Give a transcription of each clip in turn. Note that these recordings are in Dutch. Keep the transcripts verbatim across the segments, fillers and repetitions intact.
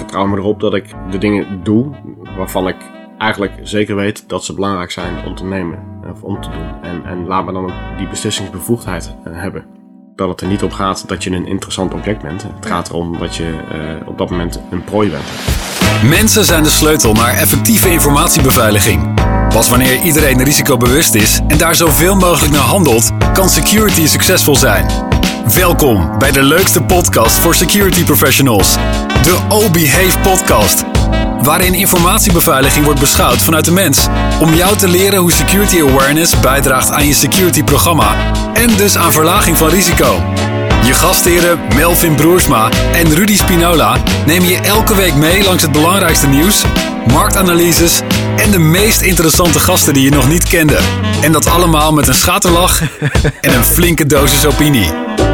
vertrouw me erop dat ik de dingen doe waarvan ik eigenlijk zeker weet dat ze belangrijk zijn om te nemen of om te doen. En, en laat me dan ook die beslissingsbevoegdheid uh, hebben. Dat het er niet op gaat dat je een interessant object bent. Het gaat erom dat je uh, op dat moment een prooi bent. Mensen zijn de sleutel naar effectieve informatiebeveiliging. Pas wanneer iedereen risicobewust is en daar zoveel mogelijk naar handelt, kan security succesvol zijn. Welkom bij de leukste podcast voor security professionals, de O-Behave podcast. Waarin informatiebeveiliging wordt beschouwd vanuit de mens. Om jou te leren hoe security awareness bijdraagt aan je security programma. En dus aan verlaging van risico. Je gastheren Melvin Broersma en Rudy Spinola nemen je elke week mee langs het belangrijkste nieuws, marktanalyses en de meest interessante gasten die je nog niet kende. En dat allemaal met een schaterlach en een flinke dosis opinie.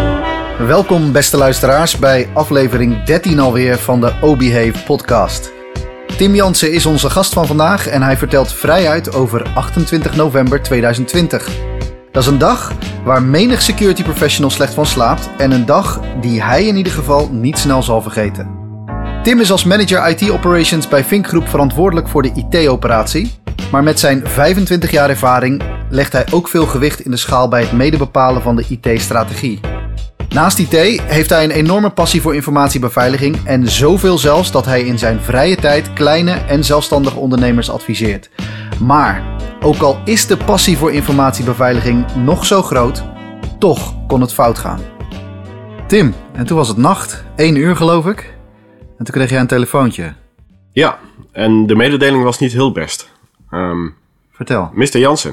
Welkom beste luisteraars bij aflevering dertien alweer van de O-Behave podcast. Tim Jansen is onze gast van vandaag en hij vertelt vrijuit over achtentwintig november tweeduizend twintig. Dat is een dag waar menig security professional slecht van slaapt en een dag die hij in ieder geval niet snel zal vergeten. Tim is als manager I T Operations bij Vink Groep verantwoordelijk voor de I T-operatie, maar met zijn vijfentwintig jaar ervaring legt hij ook veel gewicht in de schaal bij het medebepalen van de I T-strategie. Naast I T heeft hij een enorme passie voor informatiebeveiliging en zoveel zelfs dat hij in zijn vrije tijd kleine en zelfstandige ondernemers adviseert. Maar ook al is de passie voor informatiebeveiliging nog zo groot, toch kon het fout gaan. Tim, en toen was het nacht, één uur geloof ik, en toen kreeg jij een telefoontje. Ja, en de mededeling was niet heel best. Um, Vertel. mister Jansen,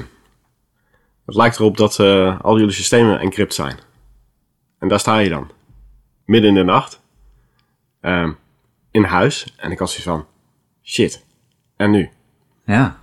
het lijkt erop dat uh, al jullie systemen encrypt zijn. En daar sta je dan, midden in de nacht, um, in huis, en ik had zoiets van, shit, en nu? Ja.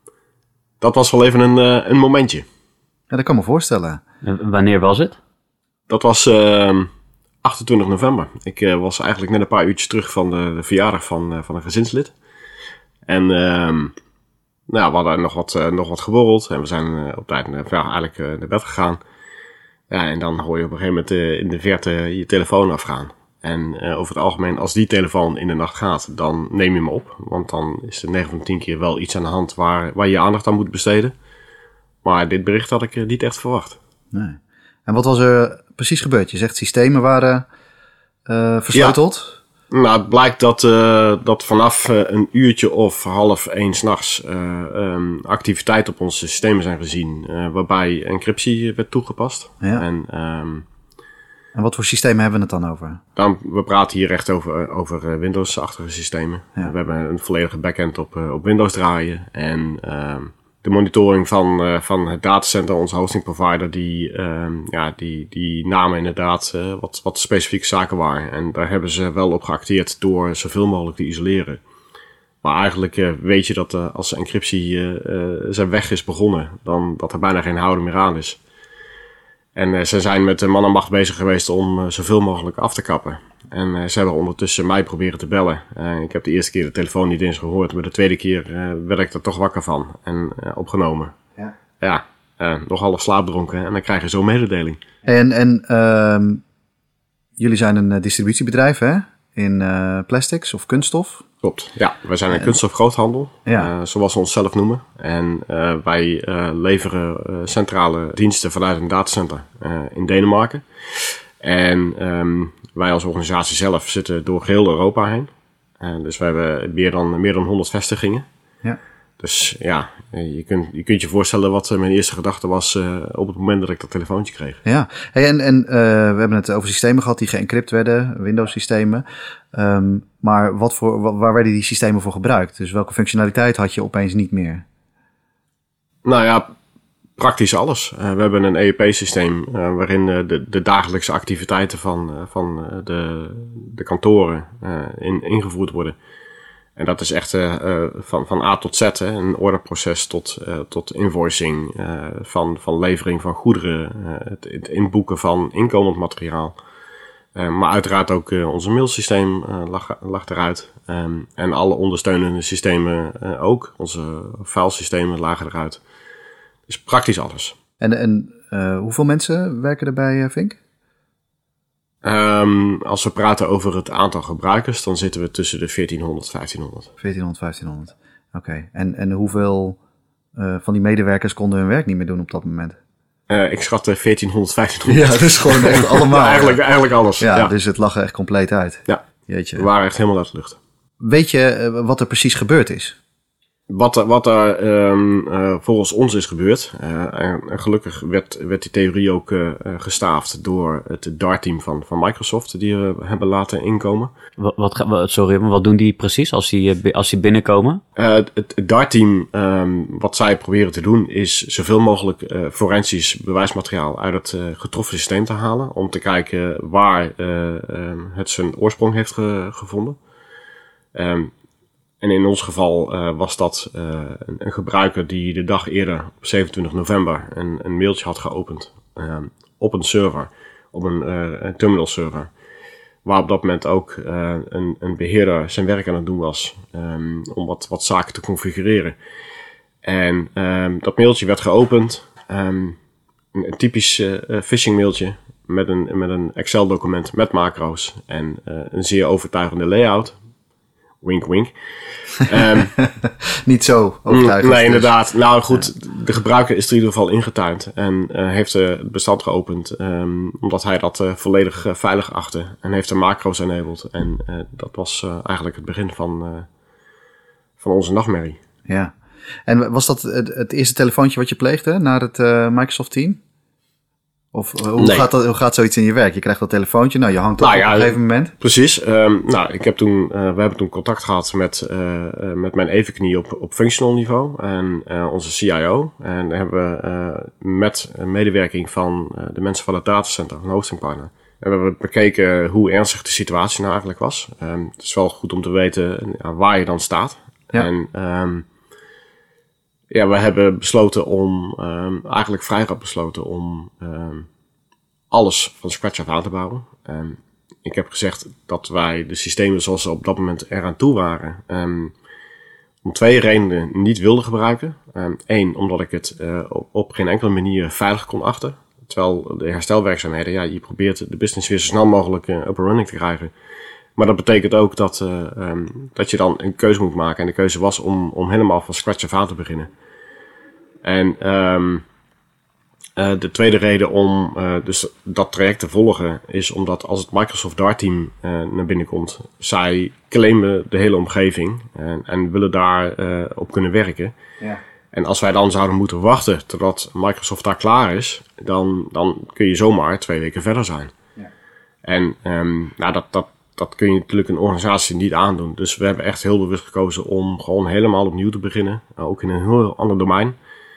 Dat was wel even een, uh, een momentje. Ja, dat kan me voorstellen. En wanneer was het? Dat was uh, achtentwintig november. Ik uh, was eigenlijk net een paar uurtjes terug van de, de verjaardag van, uh, van een gezinslid. En uh, nou, we hadden nog wat, uh, nog wat geborreld en we zijn uh, op tijd uh, eigenlijk uh, naar bed gegaan. Ja, en dan hoor je op een gegeven moment uh, in de verte je telefoon afgaan. En uh, over het algemeen, als die telefoon in de nacht gaat, dan neem je hem op. Want dan is er negen van de tien keer wel iets aan de hand waar, waar je je aandacht aan moet besteden. Maar dit bericht had ik uh, niet echt verwacht. Nee. En wat was er precies gebeurd? Je zegt systemen waren uh, versleuteld. Ja. Nou, het blijkt dat, uh, dat vanaf uh, een uurtje of half één 's nachts uh, um, activiteit op onze systemen zijn gezien. Uh, waarbij encryptie werd toegepast. Ja. En... Um, En wat voor systemen hebben we het dan over? Dan, we praten hier echt over, over Windows-achtige systemen. Ja. We hebben een volledige backend op, op Windows draaien. En uh, de monitoring van, uh, van het datacenter, onze hosting provider, die, uh, ja, die, die namen inderdaad uh, wat, wat specifieke zaken waren. En daar hebben ze wel op geacteerd door zoveel mogelijk te isoleren. Maar eigenlijk uh, weet je dat uh, als encryptie uh, uh, zijn weg is begonnen, dan dat er bijna geen houden meer aan is. En uh, ze zijn met de man en macht bezig geweest om uh, zoveel mogelijk af te kappen. En uh, ze hebben ondertussen mij proberen te bellen. Uh, ik heb de eerste keer de telefoon niet eens gehoord, maar de tweede keer uh, werd ik er toch wakker van en uh, opgenomen. Ja, ja uh, nog half slaapdronken en dan krijg je zo'n mededeling. En, en uh, jullie zijn een uh, distributiebedrijf, hè? In uh, plastics of kunststof? Klopt, ja. Wij zijn een kunststofgroothandel, ja. uh, zoals we onszelf noemen. En uh, wij uh, leveren uh, centrale diensten vanuit een datacenter uh, in Denemarken. En um, wij als organisatie zelf zitten door heel Europa heen. Uh, dus we hebben meer dan, meer dan honderd vestigingen. Ja. Dus ja, je kunt, je kunt je voorstellen wat mijn eerste gedachte was uh, op het moment dat ik dat telefoontje kreeg. Ja, hey, en, en uh, we hebben het over systemen gehad die geëncrypt werden, Windows-systemen. Um, maar wat voor, waar werden die systemen voor gebruikt? Dus welke functionaliteit had je opeens niet meer? Nou ja, praktisch alles. Uh, we hebben een E E P-systeem uh, waarin uh, de, de dagelijkse activiteiten van, uh, van uh, de, de kantoren uh, in, ingevoerd worden. En dat is echt uh, uh, van, van A tot Z, hè, een orderproces tot, uh, tot invoicing, uh, van, van levering van goederen, uh, het, het inboeken van inkomend materiaal. Uh, maar uiteraard ook uh, onze mailsysteem uh, lag, lag eruit. Um, en alle ondersteunende systemen uh, ook. Onze filesystemen lagen eruit. Dus praktisch alles. En, en uh, hoeveel mensen werken er bij uh, Vink? Um, als we praten over het aantal gebruikers, dan zitten we tussen de veertienhonderd en vijftienhonderd. veertienhonderd, vijftienhonderd. Oké. Okay. En, en hoeveel uh, van die medewerkers konden hun werk niet meer doen op dat moment? Uh, ik schat veertienhonderd, vijftienhonderd. Ja, dat is gewoon echt allemaal. Ja, eigenlijk, eigenlijk alles. Ja, ja, dus het lag er echt compleet uit. Ja, Jeetje. We waren echt helemaal uit de lucht. Weet je uh, wat er precies gebeurd is? Wat, wat er um, uh, volgens ons is gebeurd, uh, en, en gelukkig werd, werd die theorie ook uh, gestaafd door het Dart-team van, van Microsoft, die we hebben laten inkomen. Wat, wat, sorry, maar wat doen die precies als die, als die binnenkomen? Uh, het, het Dart-team, um, wat zij proberen te doen, is zoveel mogelijk uh, forensisch bewijsmateriaal uit het uh, getroffen systeem te halen, om te kijken waar uh, um, het zijn oorsprong heeft ge, gevonden. Um, En in ons geval uh, was dat uh, een, een gebruiker die de dag eerder, op zevenentwintig november, een, een mailtje had geopend uh, op een server, op een, uh, een terminal server. Waar op dat moment ook uh, een, een beheerder zijn werk aan het doen was um, om wat, wat zaken te configureren. En um, dat mailtje werd geopend, um, een, een typisch uh, phishing mailtje met een, met een Excel document met macro's en uh, een zeer overtuigende layout. Wink, wink. Um, Niet zo overtuigend. Nee, inderdaad. Nou goed, de gebruiker is er in ieder geval ingetuind en uh, heeft uh, het bestand geopend, um, omdat hij dat uh, volledig uh, veilig achtte en heeft de macro's enabled. En uh, dat was uh, eigenlijk het begin van, uh, van onze nachtmerrie. Ja. En was dat het, het eerste telefoontje wat je pleegde naar het uh, Microsoft team? Of hoe, nee. gaat dat, hoe gaat zoiets in je werk? Je krijgt dat telefoontje, nou je hangt op nou, ja, op een gegeven moment. Precies. Um, nou, ik heb toen, uh, we hebben toen contact gehad met, uh, uh, met mijn evenknie op, op functional niveau en uh, onze C I O. En daar hebben we uh, met medewerking van uh, de mensen van het datacenter, van hosting partner, hebben we bekeken hoe ernstig de situatie nou eigenlijk was. Um, het is wel goed om te weten uh, waar je dan staat. Ja. En um, ja, we hebben besloten om, um, eigenlijk vrij rap besloten om um, alles van scratch af aan te bouwen. Um, ik heb gezegd dat wij de systemen zoals ze op dat moment eraan toe waren, um, om twee redenen niet wilden gebruiken. Um, Eén, omdat ik het uh, op, op geen enkele manier veilig kon achten. Terwijl de herstelwerkzaamheden, ja, je probeert de business weer zo snel mogelijk uh, up and running te krijgen. Maar dat betekent ook dat, uh, um, dat je dan een keuze moet maken. En de keuze was om, om helemaal van scratch af aan te beginnen. En um, uh, de tweede reden om uh, dus dat traject te volgen is omdat als het Microsoft Dart team uh, naar binnen komt, zij claimen de hele omgeving en, en willen daar uh, op kunnen werken. Ja. En als wij dan zouden moeten wachten totdat Microsoft daar klaar is, dan, dan kun je zomaar twee weken verder zijn. Ja. En um, nou, dat, dat, dat kun je natuurlijk een organisatie niet aandoen. Dus we hebben echt heel bewust gekozen om gewoon helemaal opnieuw te beginnen. Ook in een heel ander domein.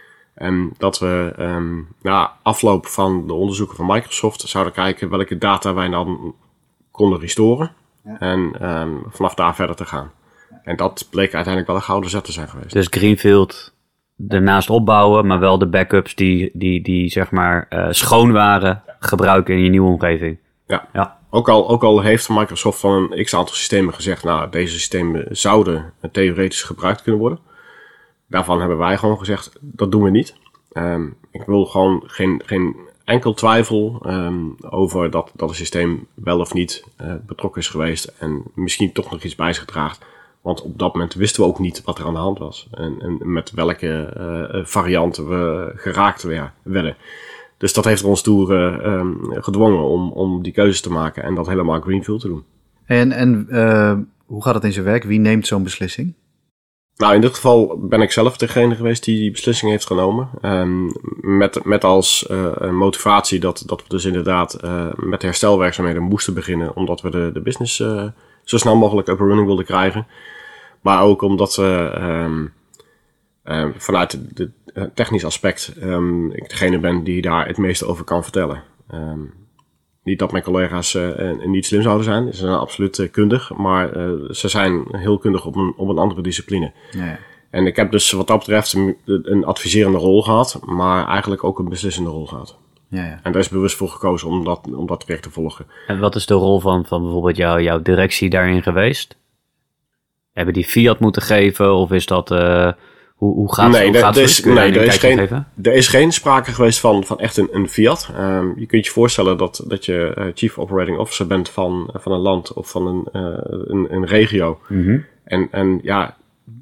En dat we um, na afloop van de onderzoeken van Microsoft zouden kijken welke data wij dan konden restoren. Ja. En um, vanaf daar verder te gaan. Ja. En dat bleek uiteindelijk wel een gouden zet te zijn geweest. Dus Greenfield ernaast opbouwen, maar wel de backups die, die, die zeg maar uh, schoon waren, gebruiken in je nieuwe omgeving. Ja. ja. Ook al, ook al heeft Microsoft van een x-aantal systemen gezegd, nou, deze systemen zouden theoretisch gebruikt kunnen worden. Daarvan hebben wij gewoon gezegd, dat doen we niet. Um, ik wil gewoon geen, geen enkel twijfel um, over dat, dat het systeem wel of niet uh, betrokken is geweest. En misschien toch nog iets bij zich draagt. Want op dat moment wisten we ook niet wat er aan de hand was. En, en met welke uh, varianten we geraakt werden. Dus dat heeft er ons toe uh, um, gedwongen om, om die keuze te maken. En dat helemaal greenfield te doen. En, en uh, hoe gaat het in zijn werk? Wie neemt zo'n beslissing? Nou, in dit geval ben ik zelf degene geweest die die beslissing heeft genomen. Um, met, met als uh, motivatie dat, dat we dus inderdaad uh, met herstelwerkzaamheden moesten beginnen. Omdat we de, de business uh, zo snel mogelijk up and running wilden krijgen. Maar ook omdat we um, uh, vanuit het technisch aspect um, ik degene ben die daar het meeste over kan vertellen. Um, Niet dat mijn collega's uh, niet slim zouden zijn. Ze zijn absoluut uh, kundig. Maar uh, ze zijn heel kundig op een, op een andere discipline. Ja, ja. En ik heb dus wat dat betreft een, een adviserende rol gehad. Maar eigenlijk ook een beslissende rol gehad. Ja, ja. En daar is bewust voor gekozen om dat, om dat traject te volgen. En wat is de rol van, van bijvoorbeeld jou, jouw directie daarin geweest? Hebben die fiat moeten geven? Of is dat... Uh, Hoe, hoe gaat, nee, hoe gaat er, is, Kun je nee, daar er, een is kijkje geen, geven? er is geen sprake geweest van, van echt een, een fiat. Um, je kunt je voorstellen dat, dat je uh, Chief Operating Officer bent van, van een land of van een, uh, een, een regio. Mm-hmm. En, en ja,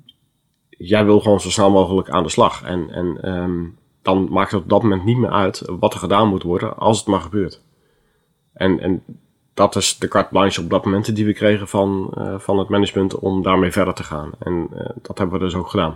jij wil gewoon zo snel mogelijk aan de slag. En, en um, dan maakt het op dat moment niet meer uit wat er gedaan moet worden als het maar gebeurt. En, en dat is de carte blanche op dat moment die we kregen van, uh, van het management om daarmee verder te gaan. En uh, dat hebben we dus ook gedaan.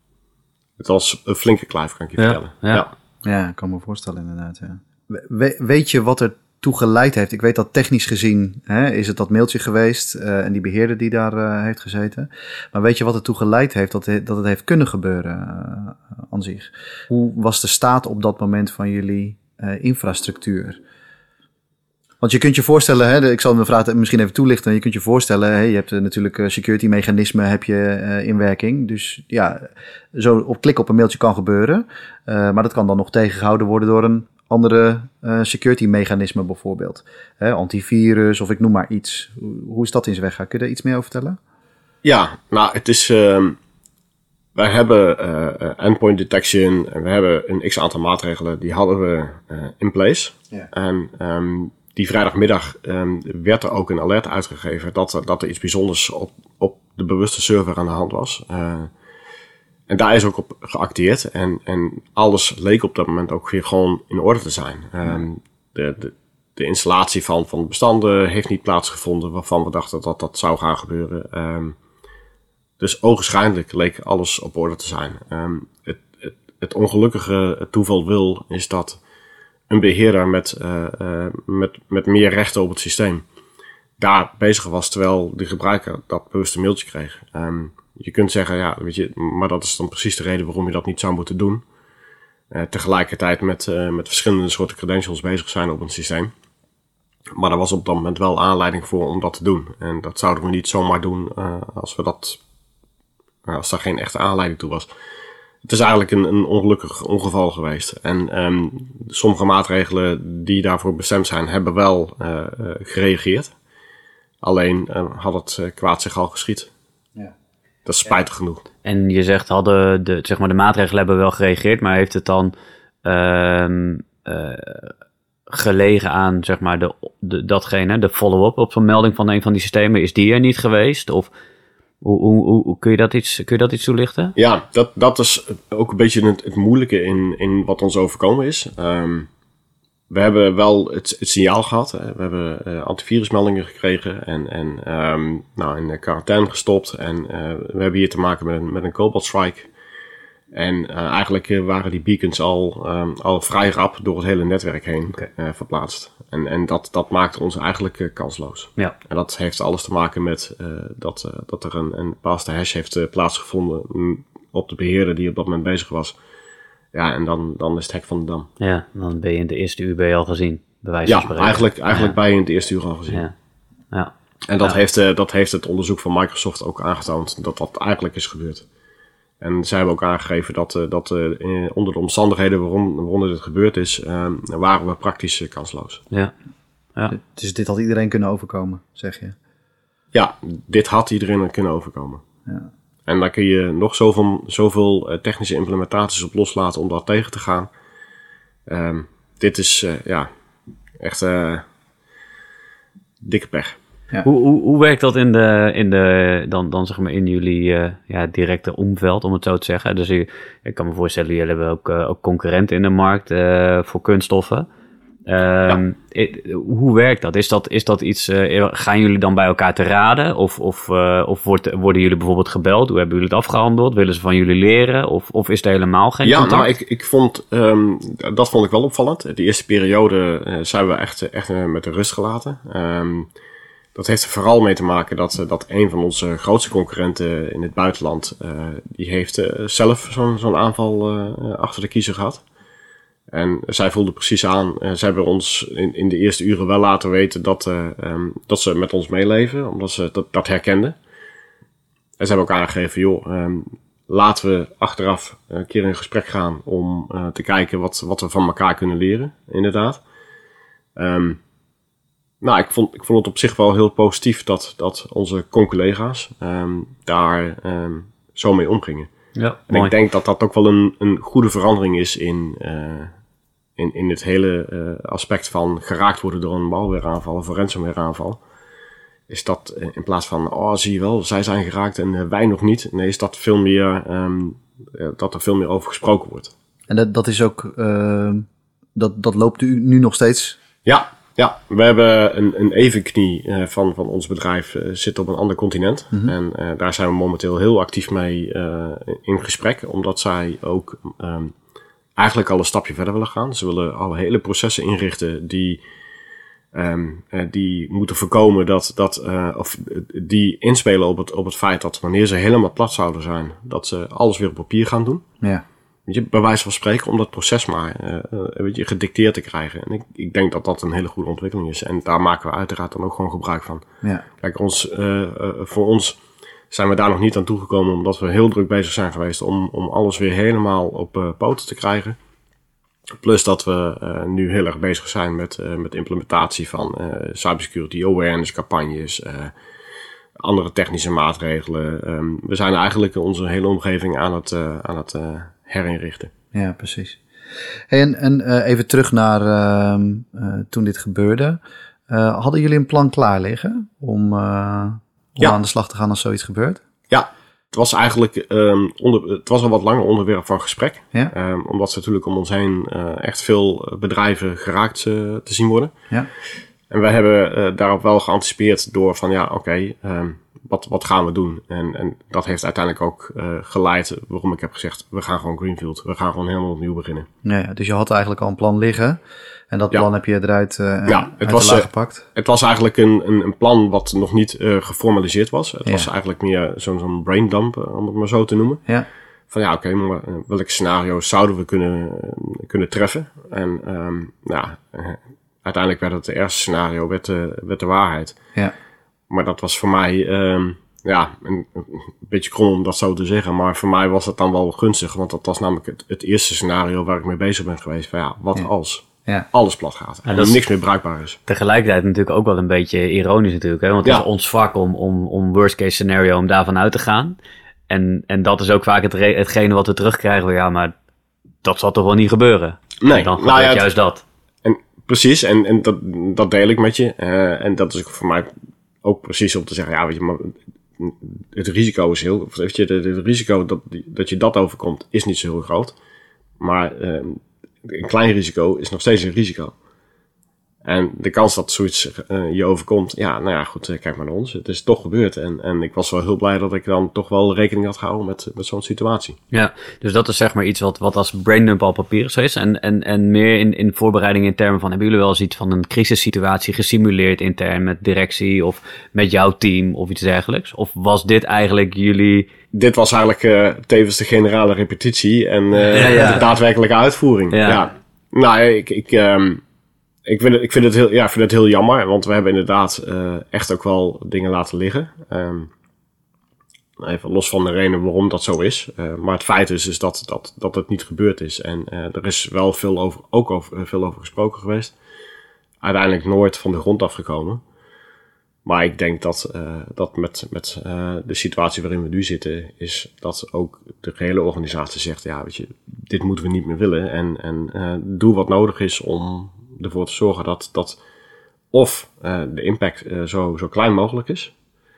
Het was een flinke kluif, kan ik je Ja, vertellen. ja. Ja. Ja, ik kan me voorstellen inderdaad. Ja. We, weet je wat er toe geleid heeft? Ik weet dat technisch gezien hè, is het dat mailtje geweest uh, en die beheerder die daar uh, heeft gezeten. Maar weet je wat er toe geleid heeft dat, dat het heeft kunnen gebeuren uh, aan zich? Hoe was de staat op dat moment van jullie uh, infrastructuur? Want je kunt je voorstellen, hè, ik zal de vraag misschien even toelichten. Je kunt je voorstellen, hè, je hebt uh, natuurlijk uh, security mechanismen heb je uh, in werking. Dus ja, zo op klik op een mailtje kan gebeuren. Uh, maar dat kan dan nog tegengehouden worden door een andere uh, security mechanisme bijvoorbeeld. Hè, antivirus of ik noem maar iets. Hoe is dat in zijn weg? Kun je daar iets meer over vertellen? Ja, nou het is... Uh, wij hebben uh, endpoint detection en we hebben een x-aantal maatregelen. Die hadden we uh, in place. Ja. En... Um, Die vrijdagmiddag um, werd er ook een alert uitgegeven dat er, dat er iets bijzonders op, op de bewuste server aan de hand was. Uh, en daar is ook op geacteerd. En, en alles leek op dat moment ook weer gewoon in orde te zijn. Um, de, de, de installatie van, van bestanden heeft niet plaatsgevonden waarvan we dachten dat dat zou gaan gebeuren. Um, dus ogenschijnlijk leek alles op orde te zijn. Um, het, het, het ongelukkige toeval wil is dat een beheerder met, uh, uh, met, met meer rechten op het systeem daar bezig was, terwijl de gebruiker dat bewuste mailtje kreeg. Um, je kunt zeggen, ja, weet je, maar dat is dan precies de reden waarom je dat niet zou moeten doen. Uh, tegelijkertijd met, uh, met verschillende soorten credentials bezig zijn op een systeem. Maar er was op dat moment wel aanleiding voor om dat te doen. En dat zouden we niet zomaar doen uh, als we dat, uh, als daar geen echte aanleiding toe was. Het is eigenlijk een, een ongelukkig ongeval geweest. En um, sommige maatregelen die daarvoor bestemd zijn, hebben wel uh, uh, gereageerd. Alleen uh, had het uh, kwaad zich al geschied. Ja. Dat is spijtig ja. genoeg. En je zegt, hadden de, zeg maar, de maatregelen hebben wel gereageerd, maar heeft het dan uh, uh, gelegen aan zeg maar, de, de, datgene, de follow-up op zo'n melding van een van die systemen? Is die er niet geweest? Of... Hoe, hoe, hoe kun je dat iets, kun je dat iets toelichten? Ja, dat, dat is ook een beetje het, het moeilijke in, in wat ons overkomen is. Um, we hebben wel het, het signaal gehad. Hè. We hebben uh, antivirusmeldingen gekregen en, en um, nou, in de quarantaine gestopt. En uh, we hebben hier te maken met een, met een Cobalt Strike. En uh, eigenlijk uh, waren die beacons al, um, al vrij rap door het hele netwerk heen okay. uh, verplaatst. En, en dat, dat maakte ons eigenlijk uh, kansloos. Ja. En dat heeft alles te maken met uh, dat, uh, dat er een, een bepaalde hash heeft uh, plaatsgevonden op de beheerder die op dat moment bezig was. Ja, en dan, dan is het hek van de dam. Ja, dan ben je in de eerste uur ben je al gezien, bij wijze van spreken. Ja, eigenlijk, eigenlijk ja. ben je in het eerste uur al gezien. Ja. Ja. En dat, ja. heeft, uh, dat heeft het onderzoek van Microsoft ook aangetoond, dat dat eigenlijk is gebeurd. En zij hebben ook aangegeven dat, uh, dat uh, onder de omstandigheden waarom, waaronder dit gebeurd is, uh, waren we praktisch uh, kansloos. Ja. Ja. Dus dit had iedereen kunnen overkomen, zeg je? Ja, dit had iedereen kunnen overkomen. Ja. En daar kun je nog zoveel, zoveel uh, technische implementaties op loslaten om daar tegen te gaan. Um, dit is uh, ja, echt uh, dikke pech. Ja. Hoe, hoe, hoe werkt dat in de, in de dan, dan zeg maar in jullie uh, ja, directe omveld, om het zo te zeggen? Dus u, ik kan me voorstellen, jullie hebben ook, uh, ook concurrenten in de markt uh, voor kunststoffen. Uh, ja. it, hoe werkt dat? Is dat, is dat iets, uh, gaan jullie dan bij elkaar te raden? Of, of, uh, of wordt, worden jullie bijvoorbeeld gebeld? Hoe hebben jullie het afgehandeld? Willen ze van jullie leren? Of, of is er helemaal geen ja, contact? Ja, nou, ik, ik vond, um, dat vond ik wel opvallend. De eerste periode uh, zijn we echt, echt uh, met de rust gelaten. Um, Dat heeft er vooral mee te maken dat, dat een van onze grootste concurrenten in het buitenland, uh, die heeft uh, zelf zo'n, zo'n aanval uh, achter de kiezer gehad. En zij voelden precies aan, uh, ze hebben ons in, in de eerste uren wel laten weten dat, uh, um, dat ze met ons meeleven, omdat ze dat, dat herkenden. En ze hebben ook aangegeven, joh, um, laten we achteraf een keer in gesprek gaan om uh, te kijken wat, wat we van elkaar kunnen leren, inderdaad. Um, Nou, ik vond, ik vond het op zich wel heel positief dat, dat onze con-collega's um, daar um, zo mee omgingen. Ja, en mooi. ik denk dat dat ook wel een, een goede verandering is in, uh, in, in het hele uh, aspect van geraakt worden door een malwareaanval of een ransomwareaanval. Is dat uh, in plaats van, oh zie je wel, zij zijn geraakt en uh, wij nog niet. Nee, is dat veel meer, um, uh, dat er veel meer over gesproken wordt. En dat, dat is ook, uh, dat, dat loopt u nu nog steeds? Ja, ja. We hebben een, een evenknie uh, van, van ons bedrijf uh, zit op een ander continent. Mm-hmm. En uh, daar zijn we momenteel heel actief mee uh, in gesprek. Omdat zij ook um, eigenlijk al een stapje verder willen gaan. Ze willen alle hele processen inrichten die, um, uh, die moeten voorkomen dat, dat uh, of die inspelen op het, op het feit dat wanneer ze helemaal plat zouden zijn, dat ze alles weer op papier gaan doen. Ja. Weet je, bij wijze van spreken, om dat proces maar uh, weet je, gedicteerd te krijgen. En ik, ik denk dat dat een hele goede ontwikkeling is. En daar maken we uiteraard dan ook gewoon gebruik van. Ja. Kijk, ons, uh, uh, voor ons zijn we daar nog niet aan toegekomen, omdat we heel druk bezig zijn geweest om, om alles weer helemaal op uh, poten te krijgen. Plus dat we uh, nu heel erg bezig zijn met, uh, met de implementatie van uh, cybersecurity awareness campagnes, uh, andere technische maatregelen. Um, we zijn eigenlijk onze hele omgeving aan het, uh, aan het uh, herinrichten. Ja, precies. Hey, en en uh, even terug naar uh, uh, toen dit gebeurde. Uh, hadden jullie een plan klaar liggen om, uh, om ja. aan de slag te gaan als zoiets gebeurt? Ja, het was eigenlijk um, onder, het was al wat langer onderwerp van gesprek. Ja. Um, omdat ze natuurlijk om ons heen uh, echt veel bedrijven geraakt uh, te zien worden. Ja. En wij hebben uh, daarop wel geanticipeerd door van ja, oké, okay, um, wat, wat gaan we doen? En, en dat heeft uiteindelijk ook uh, geleid waarom ik heb gezegd, we gaan gewoon greenfield. We gaan gewoon helemaal opnieuw beginnen. Ja, ja, dus je had eigenlijk al een plan liggen. En dat plan ja. heb je eruit, uh, ja, uit het de was, laag uh, gepakt. Het was eigenlijk een, een, een plan wat nog niet uh, geformaliseerd was. Het ja. was eigenlijk meer zo'n, zo'n braindump, uh, om het maar zo te noemen. Ja. Van ja, oké, okay, maar uh, welke scenario's zouden we kunnen, uh, kunnen treffen? En um, ja, uh, uiteindelijk werd het de eerste scenario werd, uh, werd de waarheid. Ja. Maar dat was voor mij, um, ja, een, een beetje krom om dat zo te zeggen. Maar voor mij was het dan wel gunstig. Want dat was namelijk het, het eerste scenario waar ik mee bezig ben geweest. Van ja, wat ja. als ja. alles plat gaat en er niks meer bruikbaar is. Tegelijkertijd natuurlijk ook wel een beetje ironisch natuurlijk. Hè? Want het ja. is ons vak om, om, om worst case scenario, om daarvan uit te gaan. En, en dat is ook vaak het re- hetgene wat we terugkrijgen. Ja, maar dat zal toch wel niet gebeuren? Nee. En dan gebeurt nou ja, juist dat. En precies, en, en dat, dat deel ik met je. Uh, en dat is voor mij ook precies om te zeggen, ja, weet je, maar het risico is heel, weet je, het risico dat, dat je dat overkomt is niet zo heel groot. Maar uh, een klein risico is nog steeds een risico. En de kans dat zoiets uh, je overkomt, ja, nou ja, goed, kijk maar naar ons. Het is toch gebeurd. En, en ik was wel heel blij dat ik dan toch wel rekening had gehouden met, met zo'n situatie. Ja, dus dat is zeg maar iets wat, wat als braindump al papier is. En, en, en meer in, in voorbereiding in termen van, hebben jullie wel eens iets van een crisissituatie gesimuleerd intern met directie of met jouw team of iets dergelijks? Of was dit eigenlijk jullie... Dit was eigenlijk uh, tevens de generale repetitie en uh, ja, ja. de daadwerkelijke uitvoering. Ja. ja. Nou, ik... ik um, Ik vind, het, ik, vind het heel, ja, ik vind het heel jammer, want we hebben inderdaad uh, echt ook wel dingen laten liggen. Um, even los van de reden waarom dat zo is. Uh, maar het feit is, is dat, dat, dat het niet gebeurd is. En uh, er is wel veel over, ook over, uh, veel over gesproken geweest. Uiteindelijk nooit van de grond afgekomen. Maar ik denk dat, uh, dat met, met uh, de situatie waarin we nu zitten, is dat ook de hele organisatie zegt, ja, weet je, dit moeten we niet meer willen. En, en uh, doe wat nodig is om ervoor te zorgen dat, dat of uh, de impact uh, zo, zo klein mogelijk is,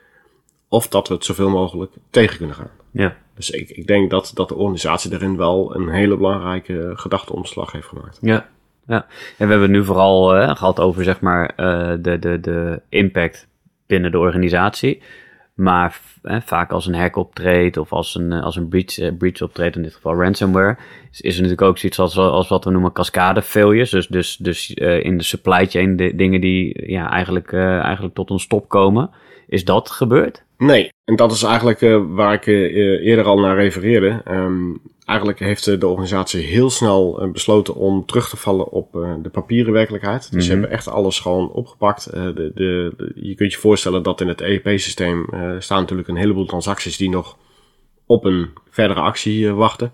of dat we het zoveel mogelijk tegen kunnen gaan. Ja. Dus ik, ik denk dat, dat de organisatie daarin wel een hele belangrijke gedachteomslag heeft gemaakt. Ja, ja. En we hebben het nu vooral uh, gehad over zeg maar uh, de, de, de impact binnen de organisatie. Maar eh, vaak als een hack optreedt of als een, als een breach, uh, breach optreedt, in dit geval ransomware, is, is er natuurlijk ook zoiets als, als wat we noemen cascade failures. Dus, dus, dus uh, in de supply chain de dingen die ja, eigenlijk, uh, eigenlijk tot een stop komen. Is dat gebeurd? Nee, en dat is eigenlijk uh, waar ik uh, eerder al naar refereerde. Um, eigenlijk heeft uh, de organisatie heel snel uh, besloten om terug te vallen op uh, de papieren werkelijkheid. Dus mm-hmm. ze hebben echt alles gewoon opgepakt. Uh, de, de, de, je kunt je voorstellen dat in het E R P-systeem uh, staan natuurlijk een heleboel transacties die nog op een verdere actie uh, wachten.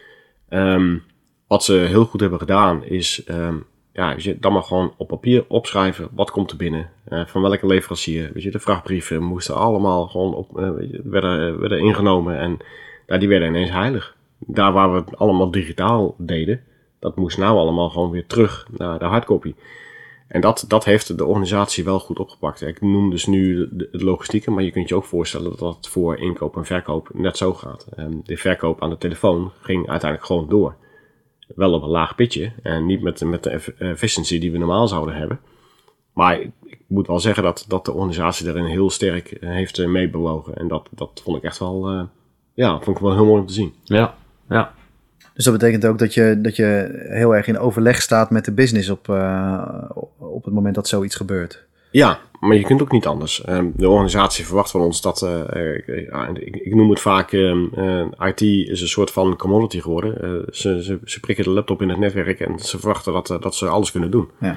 Um, wat ze heel goed hebben gedaan is... Um, Ja, weet je, dan maar gewoon op papier opschrijven. Wat komt er binnen? Uh, van welke leverancier? Weet je, de vrachtbrieven moesten allemaal gewoon op, uh, weet je, werden, werden ingenomen. En nou, die werden ineens heilig. Daar waar we het allemaal digitaal deden, dat moest nou allemaal gewoon weer terug naar de hardcopy. En dat, dat heeft de organisatie wel goed opgepakt. Ik noem dus nu de, de logistieke, maar je kunt je ook voorstellen dat dat voor inkoop en verkoop net zo gaat. De verkoop aan de telefoon ging uiteindelijk gewoon door. Wel op een laag pitje en niet met, met de efficiëntie die we normaal zouden hebben. Maar ik, ik moet wel zeggen dat, dat de organisatie daarin heel sterk heeft meebewogen. En dat, dat vond ik echt wel, uh, ja, vond ik wel heel mooi om te zien. Ja, ja. Dus dat betekent ook dat je, dat je heel erg in overleg staat met de business op, uh, op het moment dat zoiets gebeurt. Ja, maar je kunt ook niet anders. Um, de organisatie verwacht van ons dat, uh, ik, ik, ik noem het vaak, um, uh, I T is een soort van commodity geworden. Uh, ze, ze, ze prikken de laptop in het netwerk en ze verwachten dat, uh, dat ze alles kunnen doen. Ja.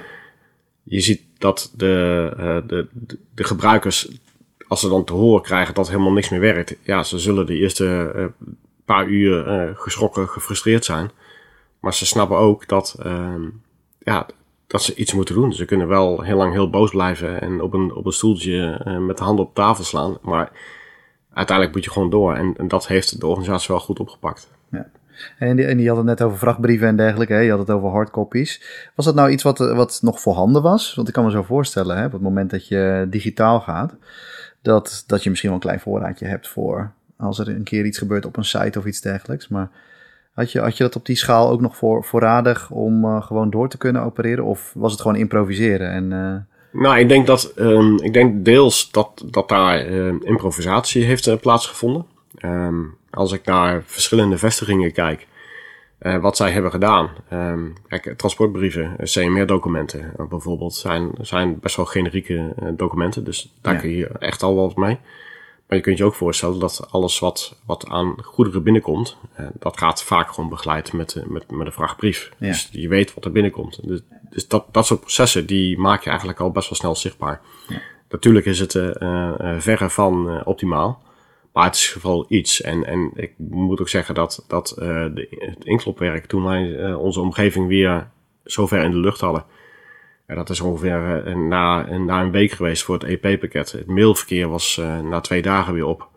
Je ziet dat de, uh, de, de, de gebruikers, als ze dan te horen krijgen dat helemaal niks meer werkt, ja, ze zullen de eerste uh, paar uur uh, geschrokken, gefrustreerd zijn. Maar ze snappen ook dat, uh, ja, dat ze iets moeten doen. Ze kunnen wel heel lang heel boos blijven en op een, op een stoeltje uh, met de handen op tafel slaan. Maar uiteindelijk moet je gewoon door. En, en dat heeft de organisatie wel goed opgepakt. Ja. En die, en die had het net over vrachtbrieven en dergelijke. Hè? Je had het over hardcopies. Was dat nou iets wat, wat nog voorhanden was? Want ik kan me zo voorstellen, hè, op het moment dat je digitaal gaat, dat, dat je misschien wel een klein voorraadje hebt voor als er een keer iets gebeurt op een site of iets dergelijks. Maar had je, had je dat op die schaal ook nog voor, voorradig om uh, gewoon door te kunnen opereren? Of was het gewoon improviseren? En, uh... Nou, ik denk dat um, ik denk deels dat, dat daar uh, improvisatie heeft uh, plaatsgevonden. Um, als ik naar verschillende vestigingen kijk, uh, wat zij hebben gedaan. Um, kijk, transportbrieven, C M R-documenten uh, bijvoorbeeld, zijn, zijn best wel generieke uh, documenten. Dus daar ja. kun je echt al wat mee. Maar je kunt je ook voorstellen dat alles wat, wat aan goederen binnenkomt, uh, dat gaat vaak gewoon begeleid met, met, met een vrachtbrief. Ja. Dus je weet wat er binnenkomt. Dus, dus dat, dat soort processen, die maak je eigenlijk al best wel snel zichtbaar. Ja. Natuurlijk is het uh, uh, verre van uh, optimaal. Maar het is vooral iets. En, en ik moet ook zeggen dat, dat uh, de, het inklopwerk, toen wij uh, onze omgeving weer zo ver in de lucht hadden. En dat is ongeveer uh, na, na een week geweest voor het E P-pakket. Het mailverkeer was uh, na twee dagen weer op.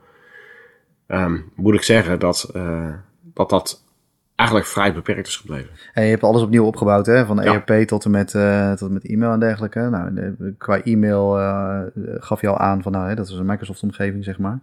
Um, moet ik zeggen dat, uh, dat dat eigenlijk vrij beperkt is gebleven. En je hebt alles opnieuw opgebouwd, hè? Van E R P ja. tot en met, uh, tot en met e-mail en dergelijke. Nou, de, qua e-mail uh, gaf je al aan van, nou, hè, dat is een Microsoft-omgeving, zeg maar.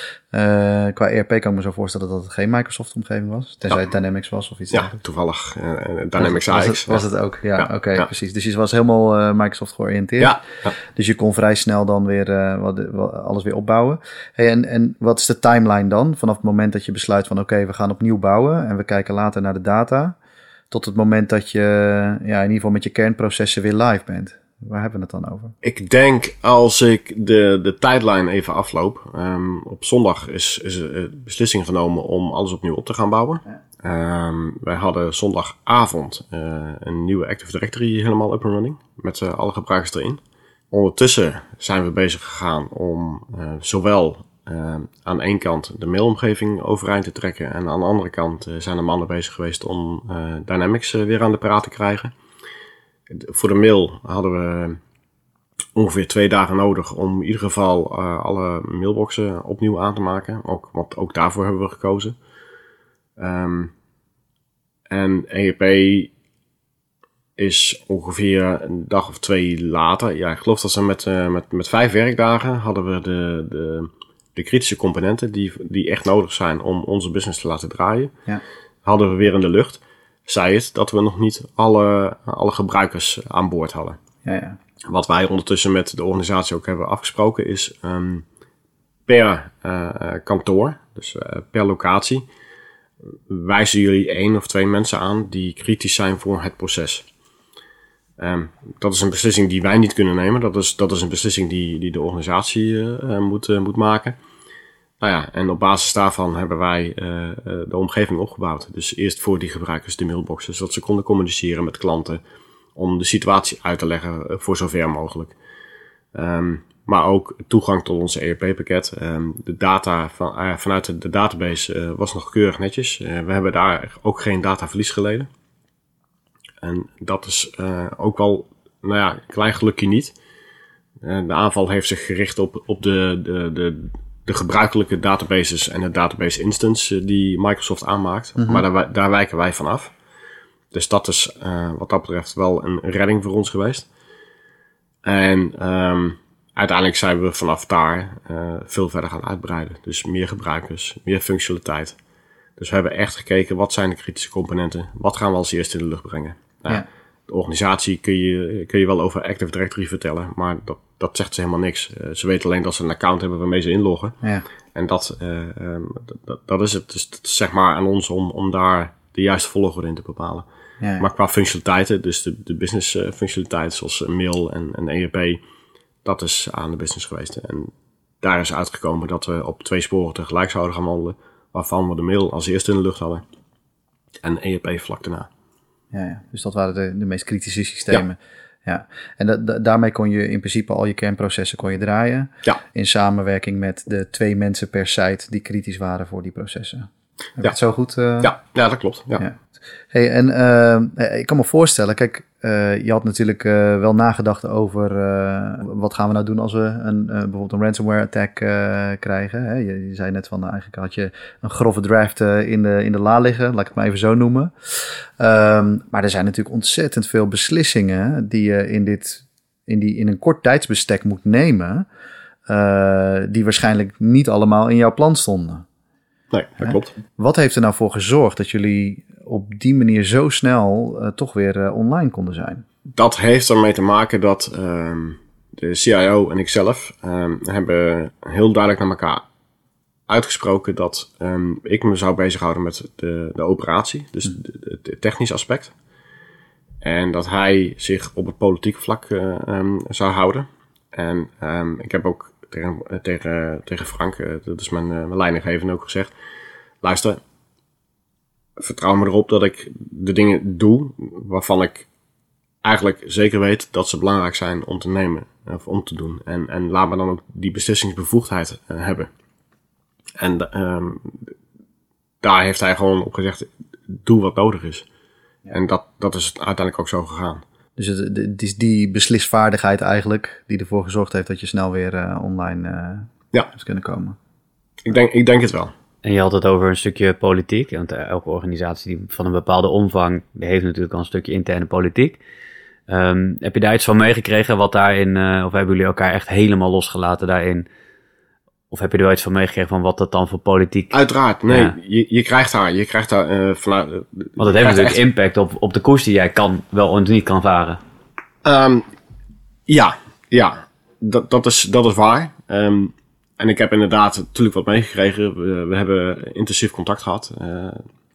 Uh, qua E R P kan ik me zo voorstellen dat het geen Microsoft-omgeving was. Tenzij ja. het Dynamics was of iets Ja, dergelijks. toevallig. Uh, Dynamics was, A X. Was het, was het ook? Ja, ja. oké, okay, ja. precies. Dus je was helemaal uh, Microsoft georiënteerd. Ja. ja. Dus je kon vrij snel dan weer uh, wat, wat, alles weer opbouwen. Hey, en, en wat is de timeline dan? Vanaf het moment dat je besluit van, oké, okay, we gaan opnieuw bouwen en we kijken later naar de data, tot het moment dat je ja, in ieder geval met je kernprocessen weer live bent. Waar hebben we het dan over? Ik denk als ik de, de tijdlijn even afloop. Um, op zondag is, is de beslissing genomen om alles opnieuw op te gaan bouwen. Ja. Um, wij hadden zondagavond uh, een nieuwe Active Directory helemaal up and running. Met uh, alle gebruikers erin. Ondertussen zijn we bezig gegaan om uh, zowel uh, aan één kant de mailomgeving overeind te trekken. En aan de andere kant uh, zijn de mannen bezig geweest om uh, Dynamics uh, weer aan de praat te krijgen. Voor de mail hadden we ongeveer twee dagen nodig om in ieder geval uh, alle mailboxen opnieuw aan te maken. Ook, want ook daarvoor hebben we gekozen. Um, en E R P is ongeveer een dag of twee later. Ja, ik geloof dat ze met, uh, met, met vijf werkdagen hadden we de, de, de kritische componenten die, die echt nodig zijn om onze business te laten draaien. Ja. Hadden we weer in de lucht. Zei het dat we nog niet alle, alle gebruikers aan boord hadden. Ja, ja. Wat wij ondertussen met de organisatie ook hebben afgesproken is um, per uh, kantoor, dus uh, per locatie, wijzen jullie één of twee mensen aan die kritisch zijn voor het proces. Um, dat is een beslissing die wij niet kunnen nemen. Dat is, dat is een beslissing die, die de organisatie uh, moet, uh, moet maken. Nou ja, en op basis daarvan hebben wij uh, de omgeving opgebouwd. Dus eerst voor die gebruikers de mailboxen, zodat ze konden communiceren met klanten om de situatie uit te leggen uh, voor zover mogelijk. Um, maar ook toegang tot ons E R P-pakket. Um, de data van, uh, vanuit de, de database uh, was nog keurig netjes. Uh, we hebben daar ook geen dataverlies geleden. En dat is uh, ook wel, nou ja, een klein gelukje niet. Uh, de aanval heeft zich gericht op, op de... de, de de gebruikelijke databases en de database instance die Microsoft aanmaakt. Mm-hmm. Maar daar, daar wijken wij van af. Dus dat is uh, wat dat betreft wel een redding voor ons geweest. En um, uiteindelijk zijn we vanaf daar uh, veel verder gaan uitbreiden. Dus meer gebruikers, meer functionaliteit. Dus we hebben echt gekeken, wat zijn de kritische componenten? Wat gaan we als eerste in de lucht brengen? Nou, ja. De organisatie kun je, kun je wel over Active Directory vertellen, maar dat, dat zegt ze helemaal niks. Uh, ze weten alleen dat ze een account hebben waarmee ze inloggen. Ja. En dat, uh, um, dat, dat is het. Dus het is zeg maar aan ons om, om daar de juiste volgorde in te bepalen. Ja, ja. Maar qua functionaliteiten, dus de, de business uh, functionaliteiten zoals mail en, en E R P, dat is aan de business geweest. En daar is uitgekomen dat we op twee sporen tegelijk zouden gaan wandelen, waarvan we de mail als eerste in de lucht hadden en E R P vlak daarna. Ja, ja. Dus dat waren de, de meest kritische systemen. Ja. Ja. En da, da, daarmee kon je in principe al je kernprocessen kon je draaien. Ja. In samenwerking met de twee mensen per site die kritisch waren voor die processen. Heb ja. je het zo goed? Uh... Ja. ja, dat klopt. Ja. Ja. Hey, en uh, ik kan me voorstellen, kijk, uh, je had natuurlijk uh, wel nagedacht over uh, wat gaan we nou doen als we een, uh, bijvoorbeeld een ransomware attack uh, krijgen. Hè? Je, je zei net van, nou, eigenlijk had je een grove draft uh, in, de, in de la liggen, laat ik het maar even zo noemen. Um, maar er zijn natuurlijk ontzettend veel beslissingen die je in, dit, in, die, in een kort tijdsbestek moet nemen, uh, die waarschijnlijk niet allemaal in jouw plan stonden. Nee, dat klopt. Wat heeft er nou voor gezorgd dat jullie op die manier zo snel uh, toch weer uh, online konden zijn? Dat heeft ermee te maken dat um, de C I O en ikzelf um, hebben heel duidelijk naar elkaar uitgesproken dat um, ik me zou bezighouden met de, de operatie, dus het technisch aspect. En dat hij zich op het politieke vlak uh, um, zou houden. En um, ik heb ook tegen, tegen, tegen Frank, uh, dat is mijn, uh, mijn leidinggevende, ook gezegd, luister, vertrouw me erop dat ik de dingen doe waarvan ik eigenlijk zeker weet dat ze belangrijk zijn om te nemen of om te doen. En, en laat me dan ook die beslissingsbevoegdheid uh, hebben. En um, daar heeft hij gewoon op gezegd, doe wat nodig is. Ja. En dat, dat is uiteindelijk ook zo gegaan. Dus het, het is die beslisvaardigheid eigenlijk die ervoor gezorgd heeft dat je snel weer uh, online uh, ja. hebt kunnen komen. Ik denk, ik denk het wel. En je had het over een stukje politiek. Want elke organisatie die van een bepaalde omvang heeft natuurlijk al een stukje interne politiek. Um, heb je daar iets van meegekregen wat daarin, uh, of hebben jullie elkaar echt helemaal losgelaten daarin? Of heb je er wel iets van meegekregen van wat dat dan voor politiek... Uiteraard, nee. Ja. Je, je krijgt daar, je krijgt daar uh, vanuit... Uh, Want het heeft natuurlijk echt impact op, op de koers die jij kan, wel of niet kan varen. Um, ja, ja. Dat, dat, is, dat is waar. Um, en ik heb inderdaad natuurlijk wat meegekregen. We, we hebben intensief contact gehad uh,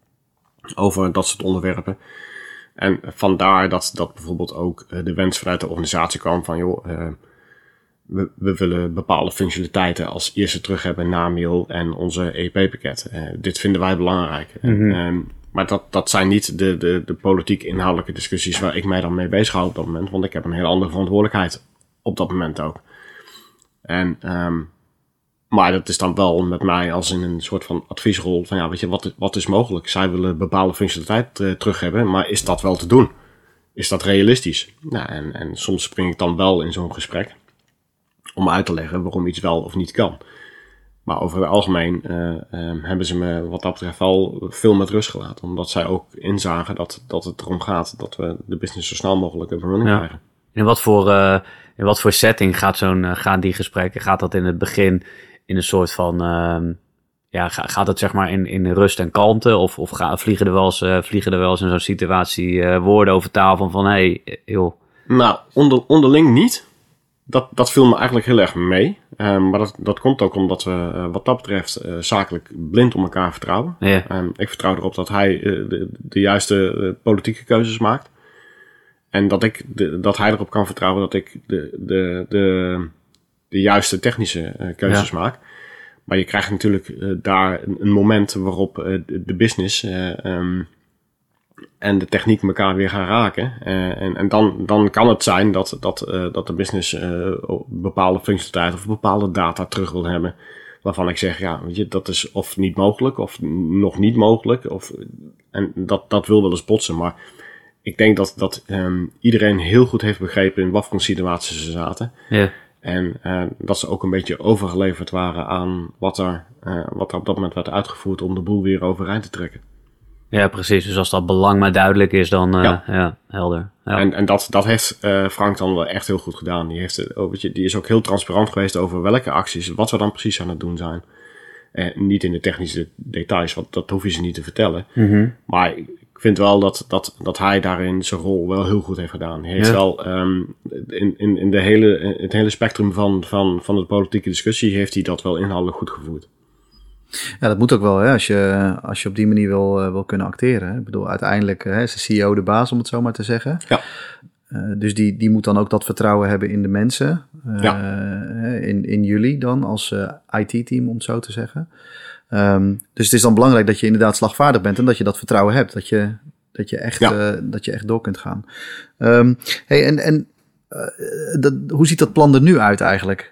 over dat soort onderwerpen. En vandaar dat, dat bijvoorbeeld ook uh, de wens vanuit de organisatie kwam van, joh, uh, we, we willen bepaalde functionaliteiten als eerste terug hebben na mail en onze E P-pakket. Uh, dit vinden wij belangrijk. Mm-hmm. Um, maar dat, dat zijn niet de, de, de politiek inhoudelijke discussies waar ik mij dan mee bezig hou op dat moment. Want ik heb een hele andere verantwoordelijkheid op dat moment ook. En, um, maar dat is dan wel met mij als in een soort van adviesrol van, ja, weet je, wat, wat is mogelijk? Zij willen bepaalde functionaliteit uh, terug hebben, maar is dat wel te doen? Is dat realistisch? Nou, en, en soms spring ik dan wel in zo'n gesprek om uit te leggen waarom iets wel of niet kan. Maar over het algemeen uh, uh, hebben ze me wat dat betreft wel veel met rust gelaten. Omdat zij ook inzagen dat, dat het erom gaat dat we de business zo snel mogelijk up and running ja. krijgen. In wat voor, uh, in wat voor setting gaat zo'n, uh, gaan die gesprekken? Gaat dat in het begin in een soort van, uh, ja, ga, gaat het zeg maar in, in rust en kalmte? Of, of ga, vliegen, er wel eens, uh, vliegen er wel eens in zo'n situatie uh, woorden over tafel van, van hé, hey, joh. Nou, onder, onderling niet. Dat, dat viel me eigenlijk heel erg mee. Um, maar dat, dat komt ook omdat we uh, wat dat betreft uh, zakelijk blind op elkaar vertrouwen. Ja. Um, ik vertrouw erop dat hij uh, de, de juiste uh, politieke keuzes maakt. En dat, ik de, dat hij erop kan vertrouwen dat ik de, de, de, de juiste technische uh, keuzes ja. maak. Maar je krijgt natuurlijk uh, daar een, een moment waarop uh, de, de business uh, um, en de techniek elkaar weer gaan raken. Uh, en en dan, dan kan het zijn dat, dat, uh, dat de business uh, bepaalde functionaliteit of bepaalde data terug wil hebben. Waarvan ik zeg, ja, weet je, dat is of niet mogelijk of nog niet mogelijk. Of, en dat, dat wil wel eens botsen. Maar ik denk dat, dat um, iedereen heel goed heeft begrepen in wat voor situatie ze zaten. Yeah. En uh, dat ze ook een beetje overgeleverd waren aan wat er, uh, wat er op dat moment werd uitgevoerd om de boel weer overeind te trekken. Ja, precies. Dus als dat belang maar duidelijk is, dan uh, ja. ja, helder. Ja. En, en dat, dat heeft uh, Frank dan wel echt heel goed gedaan. Die, heeft, oh, weet je, die is ook heel transparant geweest over welke acties, wat we dan precies aan het doen zijn. En niet in de technische details, want dat hoef je ze niet te vertellen. Mm-hmm. Maar ik vind wel dat, dat, dat hij daarin zijn rol wel heel goed heeft gedaan. Hij heeft ja. wel um, in, in, in de hele, het hele spectrum van, van, van de politieke discussie heeft hij dat wel inhoudelijk goed gevoerd. Ja, dat moet ook wel, hè, als je, als je op die manier wil, uh, wil kunnen acteren. Hè. Ik bedoel, uiteindelijk hè, is de C E O de baas, om het zo maar te zeggen. Ja. Uh, dus die, die moet dan ook dat vertrouwen hebben in de mensen. Uh, ja. in, in jullie dan, als uh, I T-team, om het zo te zeggen. Um, dus het is dan belangrijk dat je inderdaad slagvaardig bent en dat je dat vertrouwen hebt. Dat je, dat je, echt, ja. uh, dat je echt door kunt gaan. Um, hey, en en uh, dat, hoe ziet dat plan er nu uit eigenlijk?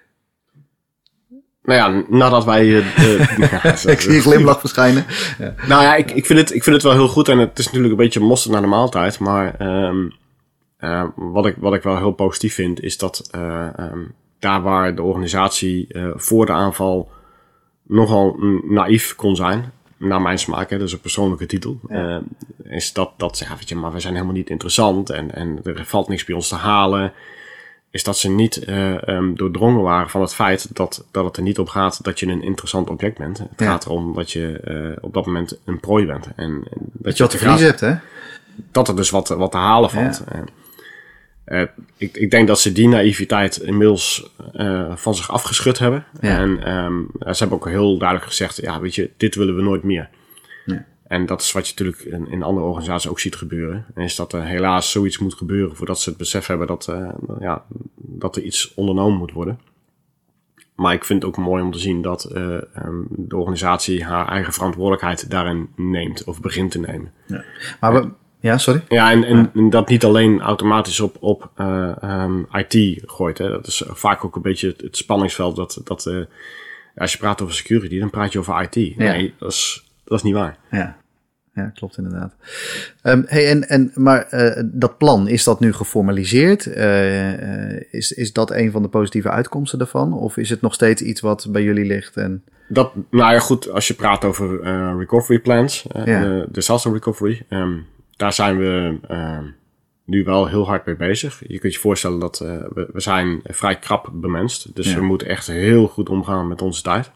Nou ja, nadat wij... Uh, uh, ja, ik zie je glimlach verschijnen. Ja. Nou ja, ik, ik, vind het, ik vind het wel heel goed. En het is natuurlijk een beetje mosterd naar de maaltijd. Maar um, uh, wat, ik, wat ik wel heel positief vind, is dat uh, um, daar waar de organisatie uh, voor de aanval nogal naïef kon zijn, naar mijn smaak, hè, dat is een persoonlijke titel, ja. uh, is dat, dat ja, weet je, maar we zijn helemaal niet interessant en, en er valt niks bij ons te halen. Is dat ze niet uh, um, doordrongen waren van het feit dat, dat het er niet op gaat dat je een interessant object bent. Het ja. gaat erom dat je uh, op dat moment een prooi bent. En, en dat, dat je wat te verliezen hebt, hè? Dat er dus wat, wat te halen valt. Ja. Uh, uh, ik, ik denk dat ze die naïviteit inmiddels uh, van zich afgeschud hebben. Ja. En um, ze hebben ook heel duidelijk gezegd, ja, weet je, dit willen we nooit meer. Ja. En dat is wat je natuurlijk in, in andere organisaties ook ziet gebeuren. En is dat er helaas zoiets moet gebeuren voordat ze het besef hebben dat, uh, ja, dat er iets ondernomen moet worden. Maar ik vind het ook mooi om te zien dat uh, um, de organisatie haar eigen verantwoordelijkheid daarin neemt of begint te nemen. Ja, maar we, ja sorry? Ja, en, en, en dat niet alleen automatisch op, op uh, um, I T gooit. Hè. Dat is vaak ook een beetje het, het spanningsveld dat, dat uh, als je praat over security, dan praat je over I T. Ja. Nee, dat is... Dat is niet waar. Ja, ja klopt inderdaad. Um, hey, en, en, maar uh, dat plan, is dat nu geformaliseerd? Uh, uh, is, is dat een van de positieve uitkomsten daarvan? Of is het nog steeds iets wat bij jullie ligt? En... Dat, nou ja, goed, als je praat over uh, recovery plans, uh, ja. uh, disaster recovery, um, daar zijn we uh, nu wel heel hard mee bezig. Je kunt je voorstellen dat uh, we, we zijn vrij krap bemenst. Dus ja. we moeten echt heel goed omgaan met onze tijd.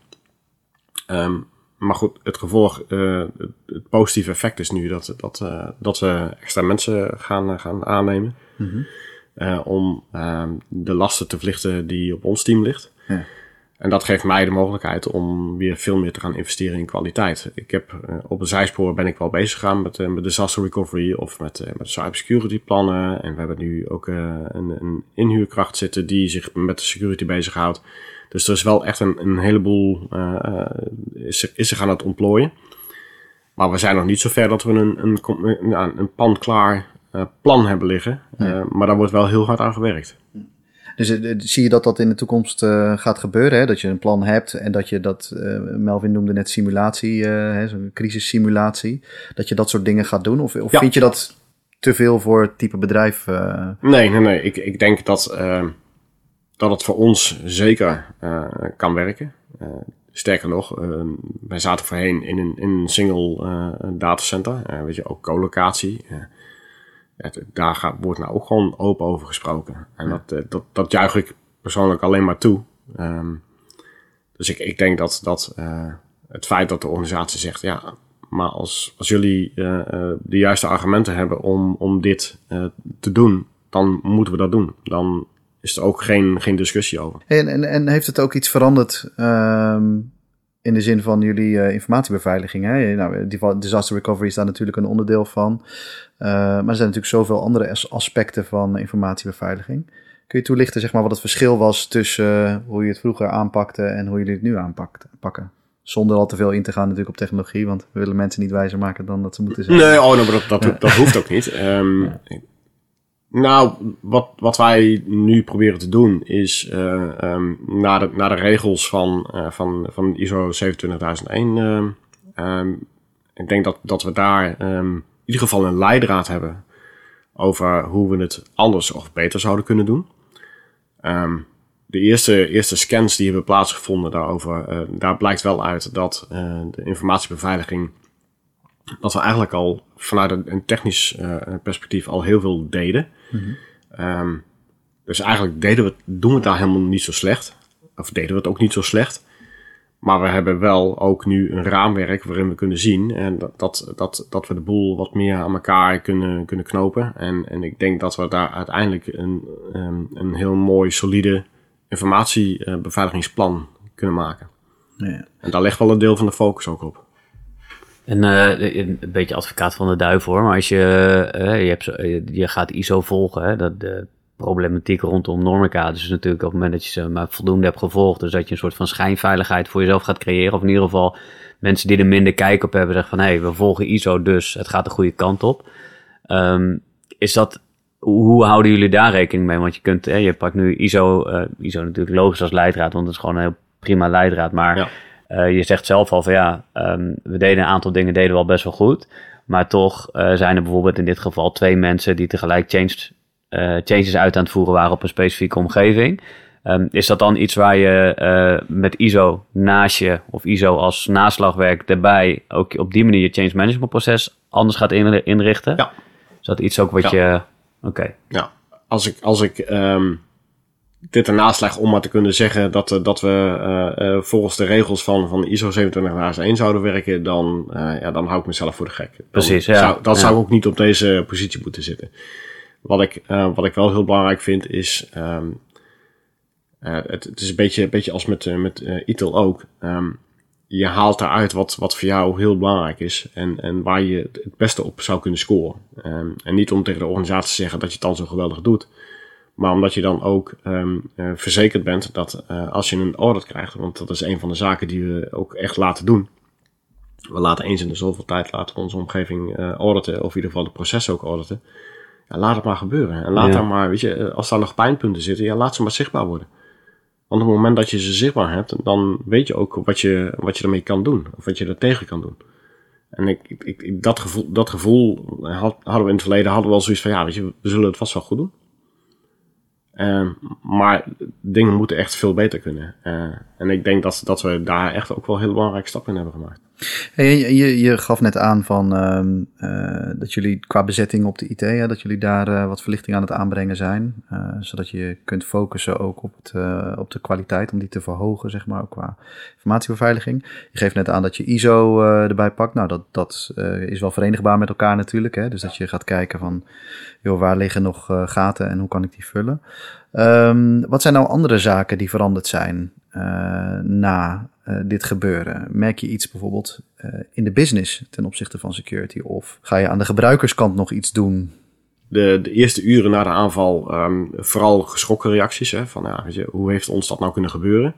Um, Maar goed, het gevolg, uh, het positieve effect is nu dat, dat, uh, dat we extra mensen gaan, uh, gaan aannemen. Mm-hmm. Uh, om uh, de lasten te verlichten die op ons team ligt. Ja. En dat geeft mij de mogelijkheid om weer veel meer te gaan investeren in kwaliteit. Ik heb uh, op een zijspoor ben ik wel bezig gegaan met, uh, met disaster recovery of met, uh, met cybersecurity plannen. En we hebben nu ook uh, een, een inhuurkracht zitten die zich met de security bezighoudt. Dus er is wel echt een, een heleboel uh, is, is zich aan het ontplooien. Maar we zijn nog niet zo ver dat we een, een, een, een pan-klaar uh, plan hebben liggen. Ja. Uh, maar daar wordt wel heel hard aan gewerkt. Dus uh, zie je dat dat in de toekomst uh, gaat gebeuren? Hè? Dat je een plan hebt en dat je dat, uh, Melvin noemde net simulatie, uh, hè, zo'n crisissimulatie. Dat je dat soort dingen gaat doen? Of, of ja. vind je dat te veel voor het type bedrijf? Uh... Nee, nee, nee. Ik, ik denk dat... Uh, dat het voor ons zeker uh, kan werken. Uh, sterker nog, uh, wij zaten voorheen in een, in een single uh, datacenter. Uh, weet je, ook co-locatie. Uh, het, daar gaat, wordt nou ook gewoon open over gesproken. En ja. dat, uh, dat, dat juich ik persoonlijk alleen maar toe. Um, dus ik, ik denk dat, dat uh, het feit dat de organisatie zegt... ja, maar als, als jullie uh, uh, de juiste argumenten hebben om, om dit uh, te doen... dan moeten we dat doen. Dan... is er ook geen, geen discussie over. En, en, en heeft het ook iets veranderd um, in de zin van jullie uh, informatiebeveiliging? Hè? Nou, disaster recovery is daar natuurlijk een onderdeel van. Uh, maar er zijn natuurlijk zoveel andere as- aspecten van informatiebeveiliging. Kun je toelichten zeg maar, wat het verschil was tussen uh, hoe je het vroeger aanpakte en hoe jullie het nu aanpakken? Zonder al te veel in te gaan natuurlijk op technologie, want we willen mensen niet wijzer maken dan dat ze moeten zijn. Nee, oh, nou, dat, dat, dat, dat hoeft ook niet. Um, ja. Nou, wat, wat wij nu proberen te doen is uh, um, naar, de, naar de regels van, uh, van, van I S O zevenentwintigduizend één. Uh, um, ik denk dat, dat we daar um, in ieder geval een leidraad hebben over hoe we het anders of beter zouden kunnen doen. Um, de eerste, eerste scans die hebben plaatsgevonden daarover, uh, daar blijkt wel uit dat uh, de informatiebeveiliging, dat we eigenlijk al vanuit een, een technisch uh, perspectief al heel veel deden. Mm-hmm. Um, dus eigenlijk deden we, doen we het daar helemaal niet zo slecht. Of deden we het ook niet zo slecht. Maar we hebben wel ook nu een raamwerk waarin we kunnen zien en dat, dat, dat, dat we de boel wat meer aan elkaar kunnen, kunnen knopen. En, en ik denk dat we daar uiteindelijk een, een, een heel mooi, solide informatiebeveiligingsplan kunnen maken. Ja. En daar ligt wel een deel van de focus ook op. En uh, een beetje advocaat van de duivel hoor, maar als je, uh, je, hebt, je gaat I S O volgen, hè, dat de problematiek rondom normkaders is natuurlijk op het moment dat je ze maar voldoende hebt gevolgd, dus dat je een soort van schijnveiligheid voor jezelf gaat creëren, of in ieder geval mensen die er minder kijk op hebben zeggen van hé, hey, we volgen I S O, dus het gaat de goede kant op. Um, is dat, hoe houden jullie daar rekening mee? Want je kunt, hè, je pakt nu I S O, uh, I S O natuurlijk logisch als leidraad, want het is gewoon een heel prima leidraad, maar ja. Uh, je zegt zelf al van ja, um, we deden een aantal dingen deden we al best wel goed. Maar toch uh, zijn er bijvoorbeeld in dit geval twee mensen die tegelijk change, uh, changes uit aan het voeren waren op een specifieke omgeving. Um, is dat dan iets waar je uh, met I S O naast je of I S O als naslagwerk erbij ook op die manier je change management proces anders gaat inrichten? Ja. Is dat iets ook wat ja. je... Oké. Okay. Ja, als ik... Als ik um... dit ernaast leg om maar te kunnen zeggen dat, uh, dat we uh, uh, volgens de regels van, van I S O zevenentwintig één zouden werken, dan, uh, ja, dan hou ik mezelf voor de gek. Dan Precies, ja. Zou, dan ja. zou ik ook niet op deze positie moeten zitten. Wat ik, uh, wat ik wel heel belangrijk vind is, um, uh, het, het is een beetje, een beetje als met, uh, met uh, I T I L ook. Um, je haalt daaruit wat, wat voor jou heel belangrijk is en, en waar je het beste op zou kunnen scoren. Um, en niet om tegen de organisatie te zeggen dat je het dan zo geweldig doet. Maar omdat je dan ook um, uh, verzekerd bent dat uh, als je een audit krijgt, want dat is een van de zaken die we ook echt laten doen. We laten eens in de zoveel tijd laten we onze omgeving uh, auditen, of in ieder geval de processen ook auditen. Ja, laat het maar gebeuren. En laat ja. daar maar, weet je, als daar nog pijnpunten zitten, ja, laat ze maar zichtbaar worden. Want op het moment dat je ze zichtbaar hebt, dan weet je ook wat je, wat je ermee kan doen. Of wat je er tegen kan doen. En ik, ik, ik, dat gevoel, dat gevoel had, hadden we in het verleden hadden we wel zoiets van, ja, weet je, we zullen het vast wel goed doen. Uh, maar dingen moeten echt veel beter kunnen. Uh, en ik denk dat, dat we daar echt ook wel heel belangrijke stappen in hebben gemaakt. Hey, je, je gaf net aan van uh, uh, dat jullie qua bezetting op de I T, ja, dat jullie daar uh, wat verlichting aan het aanbrengen zijn. Uh, zodat je kunt focussen ook op, het, uh, op de kwaliteit, om die te verhogen, zeg maar, ook qua informatiebeveiliging. Je geeft net aan dat je I S O uh, erbij pakt. Nou, dat, dat uh, is wel verenigbaar met elkaar natuurlijk. Hè? Dus dat je gaat kijken van, joh, waar liggen nog uh, gaten en hoe kan ik die vullen? Um, wat zijn nou andere zaken die veranderd zijn uh, na uh, dit gebeuren? Merk je iets bijvoorbeeld uh, in de business ten opzichte van security? Of ga je aan de gebruikerskant nog iets doen? De, de eerste uren na de aanval um, vooral geschrokken reacties. Hè, van, ja, weet je, hoe heeft ons dat nou kunnen gebeuren?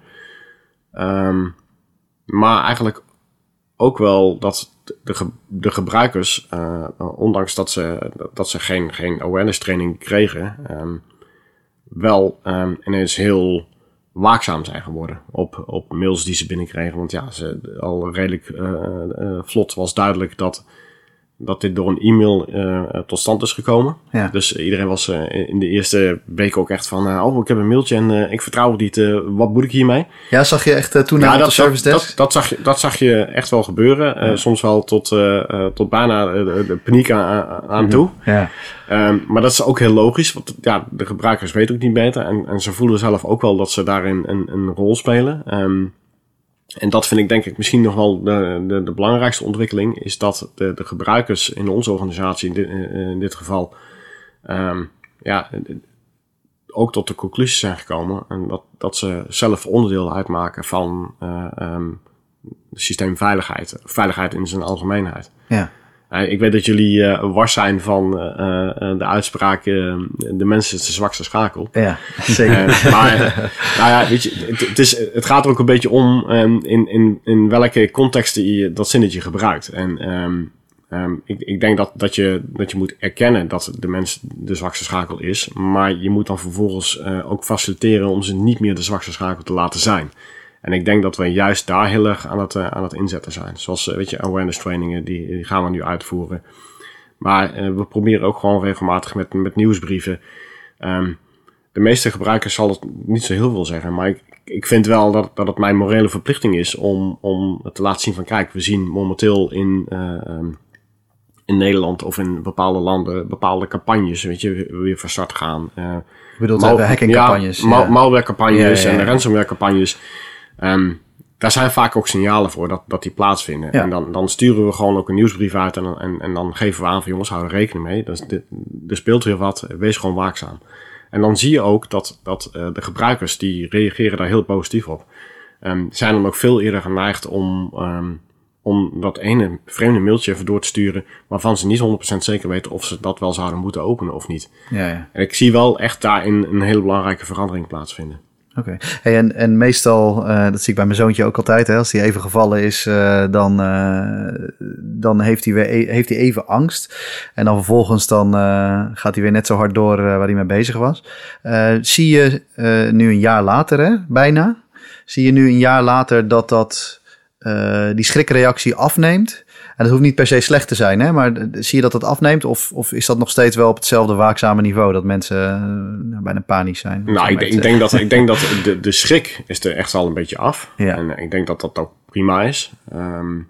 Um, maar eigenlijk ook wel dat de, ge, de gebruikers, uh, ondanks dat ze, dat ze geen, geen awareness training kregen, um, wel um, ineens heel waakzaam zijn geworden op, op mails die ze binnenkregen. Want ja, ze, al redelijk uh, uh, vlot was duidelijk dat, dat dit door een e-mail uh, tot stand is gekomen. Ja. Dus iedereen was uh, in de eerste week ook echt van, uh, oh, ik heb een mailtje en uh, ik vertrouw het niet, uh, wat moet ik hiermee? Ja, zag je echt uh, toen ja, naar de service desk? Dat, dat, zag je, dat zag je echt wel gebeuren. Uh, ja. Soms wel tot, uh, uh, tot bijna uh, de paniek aan, aan toe. Ja. Um, maar dat is ook heel logisch, want ja, de gebruikers weten ook niet beter. En, en ze voelen zelf ook wel dat ze daarin een, een rol spelen. Um, en dat vind ik denk ik misschien nog wel de, de, de belangrijkste ontwikkeling, is dat de, de gebruikers in onze organisatie in dit, in dit geval um, ja, ook tot de conclusie zijn gekomen en dat, dat ze zelf onderdeel uitmaken van uh, um, systeemveiligheid, veiligheid in zijn algemeenheid. Ja. Uh, ik weet dat jullie uh, wars zijn van uh, uh, de uitspraak uh, de mens is de zwakste schakel. Ja, zeker. Uh, maar nou ja, weet je, het, het, is, het gaat er ook een beetje om um, in, in, in welke context je dat zinnetje gebruikt. En um, um, ik, ik denk dat, dat, je, dat je moet erkennen dat de mens de zwakste schakel is. Maar je moet dan vervolgens uh, ook faciliteren om ze niet meer de zwakste schakel te laten zijn. En ik denk dat we juist daar heel erg aan het, uh, aan het inzetten zijn. Zoals, weet je, awareness trainingen, die, die gaan we nu uitvoeren. Maar uh, we proberen ook gewoon regelmatig met, met nieuwsbrieven um, de meeste gebruikers zal het niet zo heel veel zeggen. Maar ik, ik vind wel dat, dat het mijn morele verplichting is om, om te laten zien van... Kijk, we zien momenteel in, uh, um, in Nederland of in bepaalde landen bepaalde campagnes, weet je, weer van start gaan. Uh, Ik bedoel, mal- hackingcampagnes. Ja, ja. malwarecampagnes Ja, ja, ja. en ransomwarecampagnes. Um, daar zijn vaak ook signalen voor dat, dat die plaatsvinden. Ja. En dan, dan sturen we gewoon ook een nieuwsbrief uit en, en, en dan geven we aan van jongens, hou er rekening mee. Dus dit, er speelt weer wat, wees gewoon waakzaam. En dan zie je ook dat, dat uh, de gebruikers, die reageren daar heel positief op. Um, zijn dan ook veel eerder geneigd om, um, om dat ene vreemde mailtje even door te sturen, waarvan ze niet honderd procent zeker weten of ze dat wel zouden moeten openen of niet. Ja, ja. En ik zie wel echt daarin een hele belangrijke verandering plaatsvinden. Oké. Okay. Hey, en, en meestal, uh, dat zie ik bij mijn zoontje ook altijd, hè, als hij even gevallen is, uh, dan, uh, dan heeft hij weer e- heeft hij even angst. En dan vervolgens dan, uh, gaat hij weer net zo hard door uh, waar hij mee bezig was. Uh, zie je uh, nu een jaar later, hè, bijna, zie je nu een jaar later dat, dat uh, die schrikreactie afneemt? En dat hoeft niet per se slecht te zijn, hè? Maar zie je dat het afneemt? Of, of is dat nog steeds wel op hetzelfde waakzame niveau dat mensen uh, bijna panisch zijn? Nou, ik, ik denk dat, ik denk dat de, de schrik is er echt al een beetje af. Ja. En ik denk dat dat ook prima is. Um,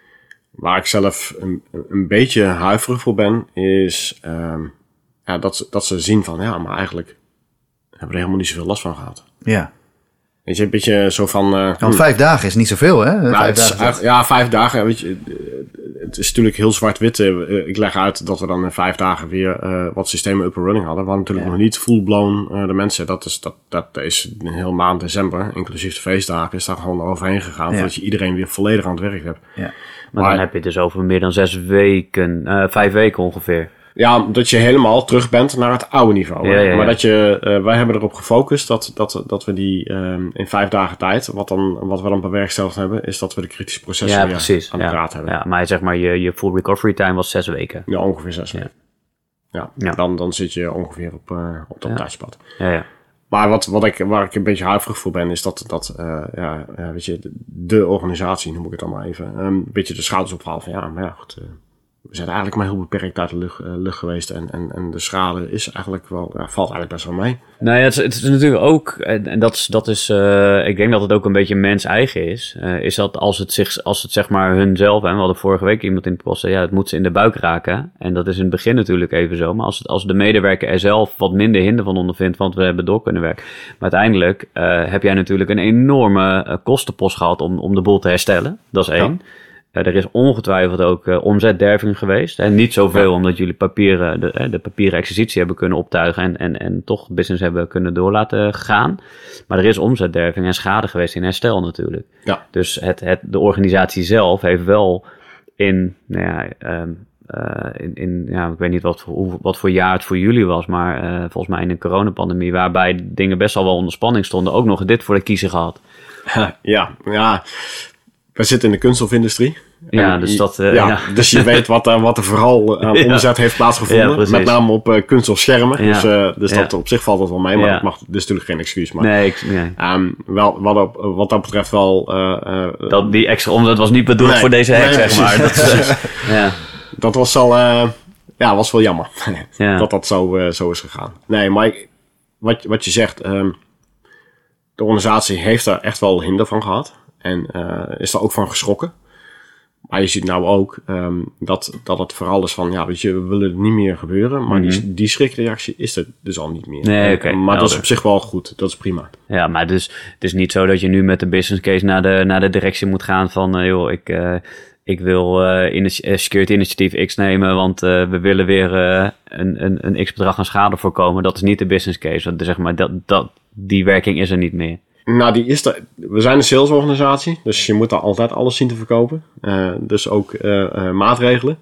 waar ik zelf een, een beetje huiverig voor ben, is um, ja, dat, ze, dat ze zien van, ja, maar eigenlijk hebben we er helemaal niet zoveel last van gehad. Ja. Weet je, een beetje zo van... Uh, Want hmm. vijf dagen is niet zoveel, hè? Nou, vijf het is, dagen ja, vijf dagen. Weet je, het is natuurlijk heel zwart-wit. Ik leg uit dat we dan in vijf dagen weer uh, wat systemen up and running hadden. We hadden natuurlijk ja. nog niet full-blown uh, de mensen. Dat is, dat, dat is een heel maand december, inclusief de feestdagen, is daar gewoon overheen gegaan. Ja. Voordat je iedereen weer volledig aan het werk hebt. Ja. Maar, maar dan heb je het dus over meer dan zes weken, uh, vijf weken ongeveer. Ja, dat je helemaal terug bent naar het oude niveau. Ja, ja, ja. Maar dat je, uh, wij hebben erop gefocust dat, dat, dat we die um, in vijf dagen tijd, wat, dan, wat we dan bewerkstelligd hebben, is dat we de kritische processen ja, weer precies. aan de ja. praat hebben. Ja, maar zeg maar, je, je full recovery time was zes weken. Ja, ongeveer zes weken. Ja, ja. ja. Dan, dan zit je ongeveer op, uh, op dat ja. tijdspad. Ja, ja. Maar wat, wat ik, waar ik een beetje huiverig voor ben, is dat, dat uh, ja, uh, weet je, de, de organisatie, noem ik het dan maar even, um, een beetje de schouders ophalen van ja, maar ja, goed, uh, we zijn eigenlijk maar heel beperkt uit de lucht, uh, lucht geweest en, en, en de schade is eigenlijk wel, ja, valt eigenlijk best wel mee. Nou ja, het is, het is natuurlijk ook, en, en dat is, dat is uh, ik denk dat het ook een beetje mens eigen is, uh, is dat als het zich, als het zeg maar hunzelf, en we hadden vorige week iemand in de post, ja, het moet ze in de buik raken, en dat is in het begin natuurlijk even zo, maar als, het, als de medewerker er zelf wat minder hinder van ondervindt, want we hebben door kunnen werken, maar uiteindelijk uh, heb jij natuurlijk een enorme uh, kostenpost gehad om, om de boel te herstellen, dat is één. Ja. Uh, er is ongetwijfeld ook uh, omzetderving geweest. En niet zoveel ja. omdat jullie papieren, de, uh, de papieren exercitie hebben kunnen optuigen en, en, en toch business hebben kunnen door laten gaan. Maar er is omzetderving en schade geweest in herstel natuurlijk. Ja. Dus het, het, de organisatie zelf heeft wel in, nou ja, um, uh, in, in ja, ik weet niet wat voor, wat voor jaar het voor jullie was, maar uh, volgens mij in een coronapandemie waarbij dingen best al wel onder spanning stonden, ook nog dit voor de kiezer gehad. Ja, ja. We zitten in de kunststofindustrie. Ja, dus dat... Uh, ja, ja. Dus je weet wat, uh, wat er vooral aan uh, omzet ja. heeft plaatsgevonden. Ja, met name op uh, kunststofschermen. Ja. Dus, uh, dus ja. dat op zich valt dat wel mee. Maar ja. dat mag dus natuurlijk geen excuus. Maar, nee, ik, nee. Um, wel, wat, op, wat dat betreft wel... Uh, uh, dat, die extra omzet was niet bedoeld nee, voor deze hack, nee, zeg maar. Dat, uh, ja. dat was al... Uh, ja, was wel jammer. ja. Dat dat zo, uh, zo is gegaan. Nee, maar ik, wat, wat je zegt... Um, de organisatie heeft daar echt wel hinder van gehad. En uh, is daar ook van geschrokken. Maar je ziet nou ook um, dat, dat het vooral is van, ja, weet je, we willen het niet meer gebeuren. Maar mm-hmm. die, die schrikreactie is er dus al niet meer. Nee, okay, maar dat is op zich wel goed. Dat is prima. Ja, maar dus, het is niet zo dat je nu met de business case naar de, naar de directie moet gaan van, uh, joh, ik, uh, ik wil uh, in uh, security initiatief X nemen, want uh, we willen weer uh, een, een, een X bedrag aan schade voorkomen. Dat is niet de business case. Want, zeg maar, dat, dat, die werking is er niet meer. Nou, die is er, we zijn een salesorganisatie, dus je moet daar altijd alles zien te verkopen. Uh, dus ook uh, uh, maatregelen.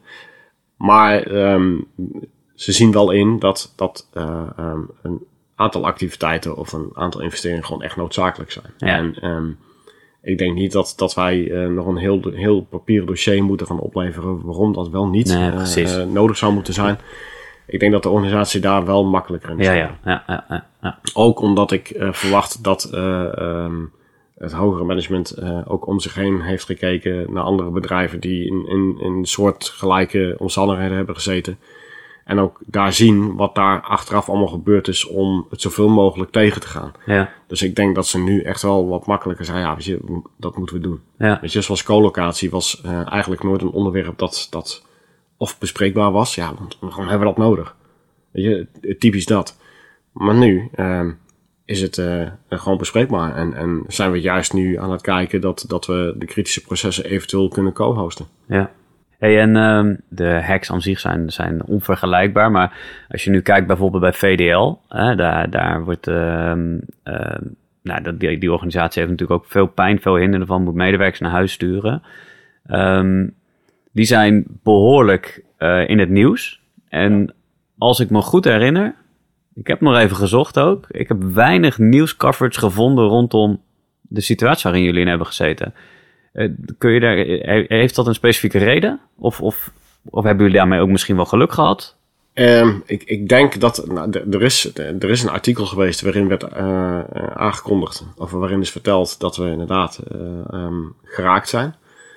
Maar um, ze zien wel in dat, dat uh, um, een aantal activiteiten of een aantal investeringen gewoon echt noodzakelijk zijn. Ja. En um, ik denk niet dat, dat wij uh, nog een heel, heel papieren dossier moeten gaan opleveren waarom dat wel niet nee, uh, uh, nodig zou moeten zijn. Ik denk dat de organisatie daar wel makkelijker in is. Ja, ja, ja, ja, ja, ja. Ook omdat ik uh, verwacht dat uh, um, het hogere management uh, ook om zich heen heeft gekeken naar andere bedrijven die in, in, in soortgelijke omstandigheden hebben gezeten. En ook daar zien wat daar achteraf allemaal gebeurd is om het zoveel mogelijk tegen te gaan. Ja. Dus ik denk dat ze nu echt wel wat makkelijker zijn. Ja, weet je, dat moeten we doen. Ja. Weet je, zoals co-locatie was uh, eigenlijk nooit een onderwerp dat, dat of bespreekbaar was. Ja, want waarom hebben we dat nodig? Weet je, typisch dat. Maar nu uh, is het uh, gewoon bespreekbaar. En, en zijn we juist nu aan het kijken dat, dat we de kritische processen eventueel kunnen co-hosten. Ja. Hey, en uh, de hacks aan zich zijn, zijn onvergelijkbaar. Maar als je nu kijkt bijvoorbeeld bij V D L, hè, daar, daar wordt... Uh, uh, nou, dat, die, die organisatie heeft natuurlijk ook veel pijn, veel hinder ervan, moet medewerkers naar huis sturen. Um, die zijn behoorlijk uh, in het nieuws. En als ik me goed herinner, ik heb nog even gezocht ook, ik heb weinig nieuwscoverage gevonden rondom de situatie waarin jullie in hebben gezeten. Uh, kun je daar, heeft dat een specifieke reden? Of, of, of hebben jullie daarmee ook misschien wel geluk gehad? Um, ik, ik denk dat nou, d- er, is, d- er is een artikel geweest waarin werd uh, uh, aangekondigd, of waarin is verteld dat we inderdaad uh, um, geraakt zijn.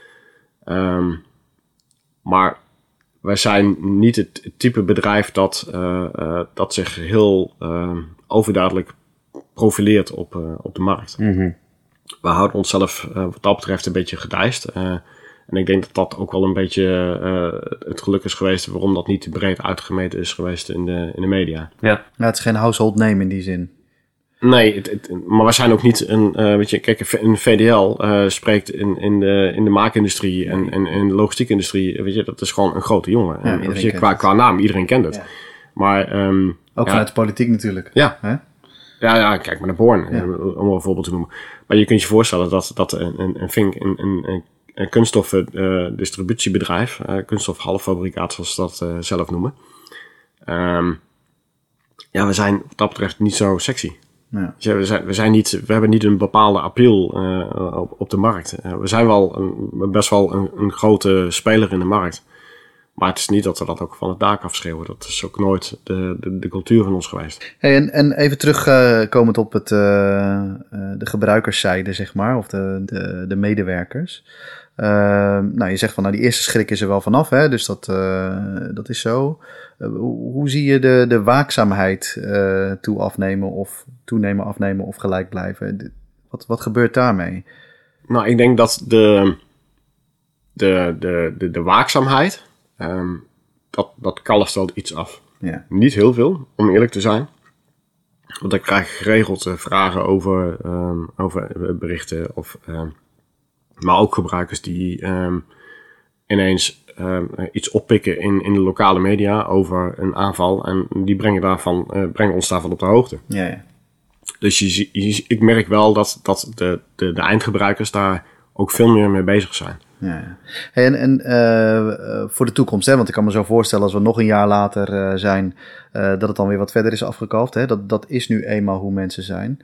Um, maar wij zijn niet het type bedrijf dat, uh, uh, dat zich heel uh, overduidelijk profileert op, uh, op de markt. Mm-hmm. We houden onszelf uh, wat dat betreft een beetje gedijst. Uh, en ik denk dat dat ook wel een beetje uh, het geluk is geweest waarom dat niet te breed uitgemeten is geweest in de, in de media. Ja. Nou, het is geen household name in die zin. Nee, het, het, maar we zijn ook niet een, uh, weet je, kijk, een V D L uh, spreekt in, in, de, in de maakindustrie en, en, en de logistiekindustrie, weet je, dat is gewoon een grote jongen. Ja, en, weet je, qua, qua naam, iedereen kent het. Ja. Maar, um, Ook ja, vanuit de politiek natuurlijk. Ja. Hè? Ja, ja, kijk maar naar Born, Ja. om een voorbeeld te noemen. Maar je kunt je voorstellen dat, dat een, een, een Vink, een, een, een kunststoffen uh, distributiebedrijf, uh, kunststof halffabrikaat zoals ze dat uh, zelf noemen. Um, ja, we zijn wat dat betreft niet zo sexy. Ja. Dus ja, we, zijn, we, zijn niet, we hebben niet een bepaalde appeal uh, op, op de markt. Uh, we zijn wel een, best wel een, een grote speler in de markt. Maar het is niet dat we dat ook van het dak afschreeuwen. Dat is ook nooit de, de, de cultuur van ons geweest. Hey, en, en even terugkomend uh, op het, uh, uh, de gebruikerszijde, zeg maar, of de, de, de medewerkers. Uh, nou, je zegt van, nou, die eerste schrik is er wel vanaf, hè? Dus dat, uh, dat is zo. Uh, hoe, hoe zie je de, de waakzaamheid uh, toe afnemen of toenemen, afnemen of gelijk blijven? Wat, wat gebeurt daarmee? Nou, ik denk dat de, de, de, de, de waakzaamheid, um, dat, dat kalft wel iets af. Ja. Niet heel veel, om eerlijk te zijn. Want ik krijg geregeld uh, vragen over, um, over berichten of... Um, maar ook gebruikers die um, ineens um, iets oppikken in, in de lokale media over een aanval. En die brengen, daarvan, uh, brengen ons daarvan op de hoogte. Ja, ja. Dus je, je, ik merk wel dat, dat de, de, de eindgebruikers daar ook veel meer mee bezig zijn. Ja, ja. Hey, en en uh, voor de toekomst, hè, want ik kan me zo voorstellen als we nog een jaar later uh, zijn, uh, dat het dan weer wat verder is afgekalfd. Hè? Dat, dat is nu eenmaal hoe mensen zijn.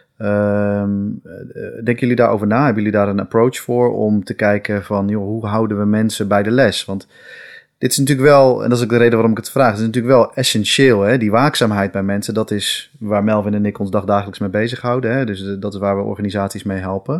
Um, denken jullie daarover na? Hebben jullie daar een approach voor om te kijken van, joh, hoe houden we mensen bij de les? Want dit is natuurlijk wel, en dat is ook de reden waarom ik het vraag, het is natuurlijk wel essentieel, hè? Die waakzaamheid bij mensen, dat is waar Melvin en ik ons dagdagelijks mee bezighouden. Hè? Dus dat is waar we organisaties mee helpen.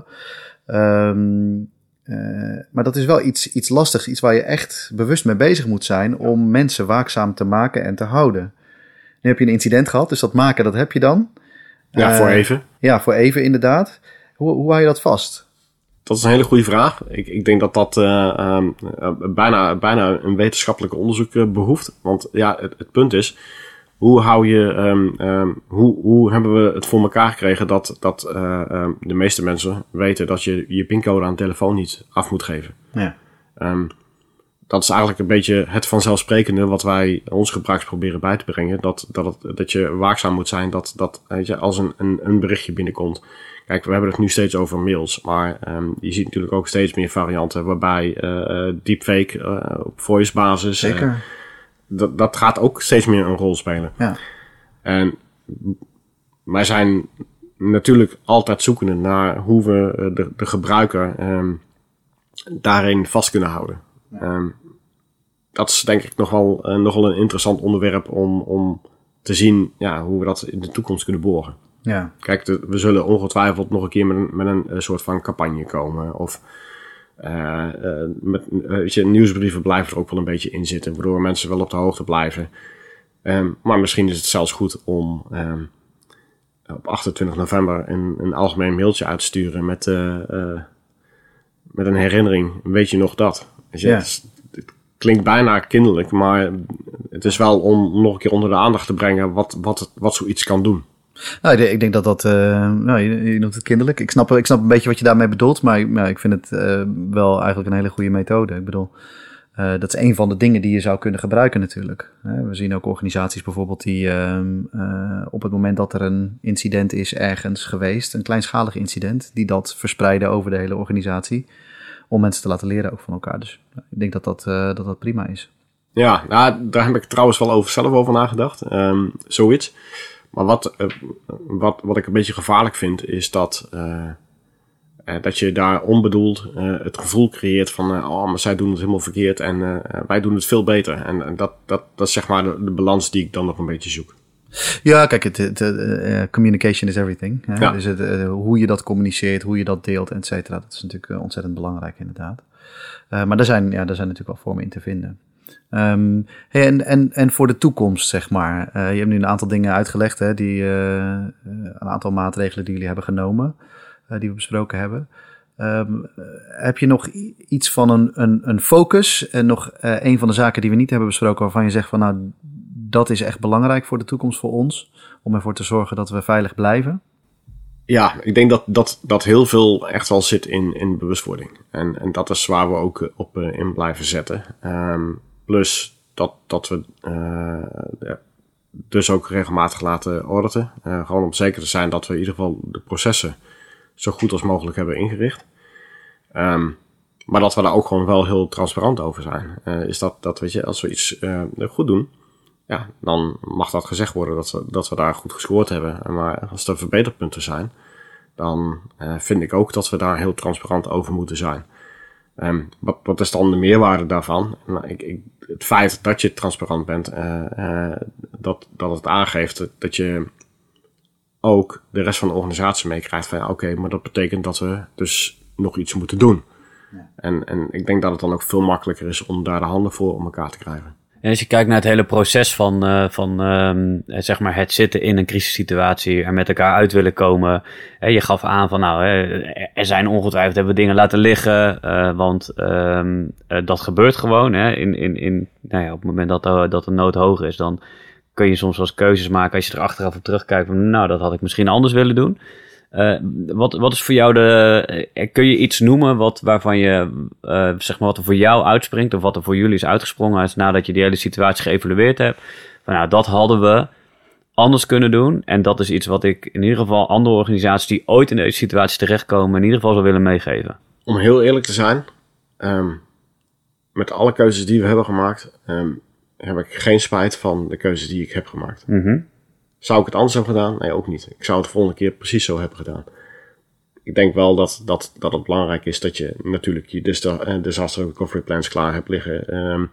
Um, uh, maar dat is wel iets, iets lastigs, iets waar je echt bewust mee bezig moet zijn om mensen waakzaam te maken en te houden. Nu heb je een incident gehad, dus dat maken, dat heb je dan. Ja, uh, voor even. Ja, voor even inderdaad. Hoe, hoe hou je dat vast? Dat is een hele goede vraag. Ik, ik denk dat dat uh, um, uh, bijna, bijna een wetenschappelijk onderzoek uh, behoeft. Want ja, het, het punt is, hoe hou je, um, um, hoe, hoe hebben we het voor elkaar gekregen dat, dat uh, um, de meeste mensen weten dat je je pincode aan de telefoon niet af moet geven? Ja. Um, dat is eigenlijk een beetje het vanzelfsprekende wat wij ons gebruikers proberen bij te brengen. Dat, dat, het, dat je waakzaam moet zijn dat, dat weet je, als een, een, een berichtje binnenkomt. Kijk, we hebben het nu steeds over mails. Maar um, je ziet natuurlijk ook steeds meer varianten waarbij uh, deepfake uh, op voice basis. Zeker. Uh, dat, dat gaat ook steeds meer een rol spelen. Ja. En wij zijn natuurlijk altijd zoekende naar hoe we de, de gebruiker um, daarin vast kunnen houden. Um, dat is denk ik nog wel, uh, nog wel een interessant onderwerp om, om te zien ja, hoe we dat in de toekomst kunnen borgen. Ja. Kijk, de, we zullen ongetwijfeld nog een keer met een, met een, een soort van campagne komen. Of uh, uh, met uh, weet je, nieuwsbrieven blijven er ook wel een beetje in zitten. Waardoor mensen wel op de hoogte blijven. Um, maar misschien is het zelfs goed om um, op achtentwintig november een, een algemeen mailtje uit te sturen met, uh, uh, met een herinnering. Weet je nog dat? Dus ja. het, het klinkt bijna kinderlijk, maar het is wel om nog een keer onder de aandacht te brengen wat, wat, het, wat zoiets kan doen. Nou, ik denk dat dat, uh, nou, je, je noemt het kinderlijk. Ik snap, ik snap een beetje wat je daarmee bedoelt, maar nou, ik vind het uh, wel eigenlijk een hele goede methode. Ik bedoel, uh, dat is een van de dingen die je zou kunnen gebruiken natuurlijk. Uh, we zien ook organisaties bijvoorbeeld die uh, uh, op het moment dat er een incident is ergens geweest, een kleinschalig incident, die dat verspreiden over de hele organisatie, om mensen te laten leren ook van elkaar. Dus uh, ik denk dat dat, uh, dat dat prima is. Ja, nou, daar heb ik trouwens wel over zelf over nagedacht. Um, zoiets. Maar wat, uh, wat, wat ik een beetje gevaarlijk vind, is dat, uh, uh, dat je daar onbedoeld uh, het gevoel creëert van, uh, oh, maar zij doen het helemaal verkeerd en uh, wij doen het veel beter. En, en dat, dat, dat is zeg maar de, de balans die ik dan nog een beetje zoek. Ja, kijk, het, het, uh, communication is everything. Hè? Ja. Dus het, uh, hoe je dat communiceert, hoe je dat deelt, et cetera, dat is natuurlijk uh, ontzettend belangrijk inderdaad. Uh, maar daar zijn, ja, daar zijn natuurlijk wel vormen in te vinden. Um, hey, en, en, en voor de toekomst, zeg maar. Uh, je hebt nu een aantal dingen uitgelegd, hè, die, uh, een aantal maatregelen die jullie hebben genomen, uh, die we besproken hebben. Um, heb je nog iets van een, een, een focus en nog uh, een van de zaken die we niet hebben besproken waarvan je zegt van nou, dat is echt belangrijk voor de toekomst voor ons, om ervoor te zorgen dat we veilig blijven? Ja, ik denk dat, dat, dat heel veel echt wel zit in, in bewustwording. En, en dat is waar we ook op uh, in blijven zetten. Um, plus dat, dat we uh, dus ook regelmatig laten auditen. Uh, gewoon om zeker te zijn dat we in ieder geval de processen zo goed als mogelijk hebben ingericht. Um, maar dat we daar ook gewoon wel heel transparant over zijn. Uh, is dat, dat weet je, als we iets uh, goed doen, ja, dan mag dat gezegd worden dat we, dat we daar goed gescoord hebben. Maar als er verbeterpunten zijn, dan uh, vind ik ook dat we daar heel transparant over moeten zijn. Um, wat, wat is dan de meerwaarde daarvan? Nou, ik, ik, het feit dat je transparant bent, uh, uh, dat, dat het aangeeft dat, dat je ook de rest van de organisatie meekrijgt van ja, oké, okay, maar dat betekent dat we dus nog iets moeten doen. Ja. En, en ik denk dat het dan ook veel makkelijker is om daar de handen voor om elkaar te krijgen. En als je kijkt naar het hele proces van, uh, van um, zeg maar het zitten in een crisissituatie, er met elkaar uit willen komen. Hè, je gaf aan van nou, hè, er zijn ongetwijfeld, hebben we dingen laten liggen, uh, want um, uh, dat gebeurt gewoon. Hè, in, in, in, nou ja, op het moment dat, uh, dat de nood hoog is, dan kun je soms wel eens keuzes maken als je er achteraf op terugkijkt van nou, dat had ik misschien anders willen doen. Uh, wat, wat is voor jou de... Uh, kun je iets noemen wat, waarvan je... Uh, zeg maar wat er voor jou uitspringt of wat er voor jullie is uitgesprongen is nadat je die hele situatie geëvalueerd hebt? Van nou, dat hadden we anders kunnen doen. En dat is iets wat ik in ieder geval andere organisaties die ooit in deze situatie terechtkomen in ieder geval zou willen meegeven. Om heel eerlijk te zijn, um, met alle keuzes die we hebben gemaakt, um, heb ik geen spijt van de keuzes die ik heb gemaakt. Mm-hmm. Zou ik het anders hebben gedaan? Nee, ook niet. Ik zou het de volgende keer precies zo hebben gedaan. Ik denk wel dat, dat, dat het belangrijk is dat je natuurlijk je disaster recovery plans klaar hebt liggen. Um,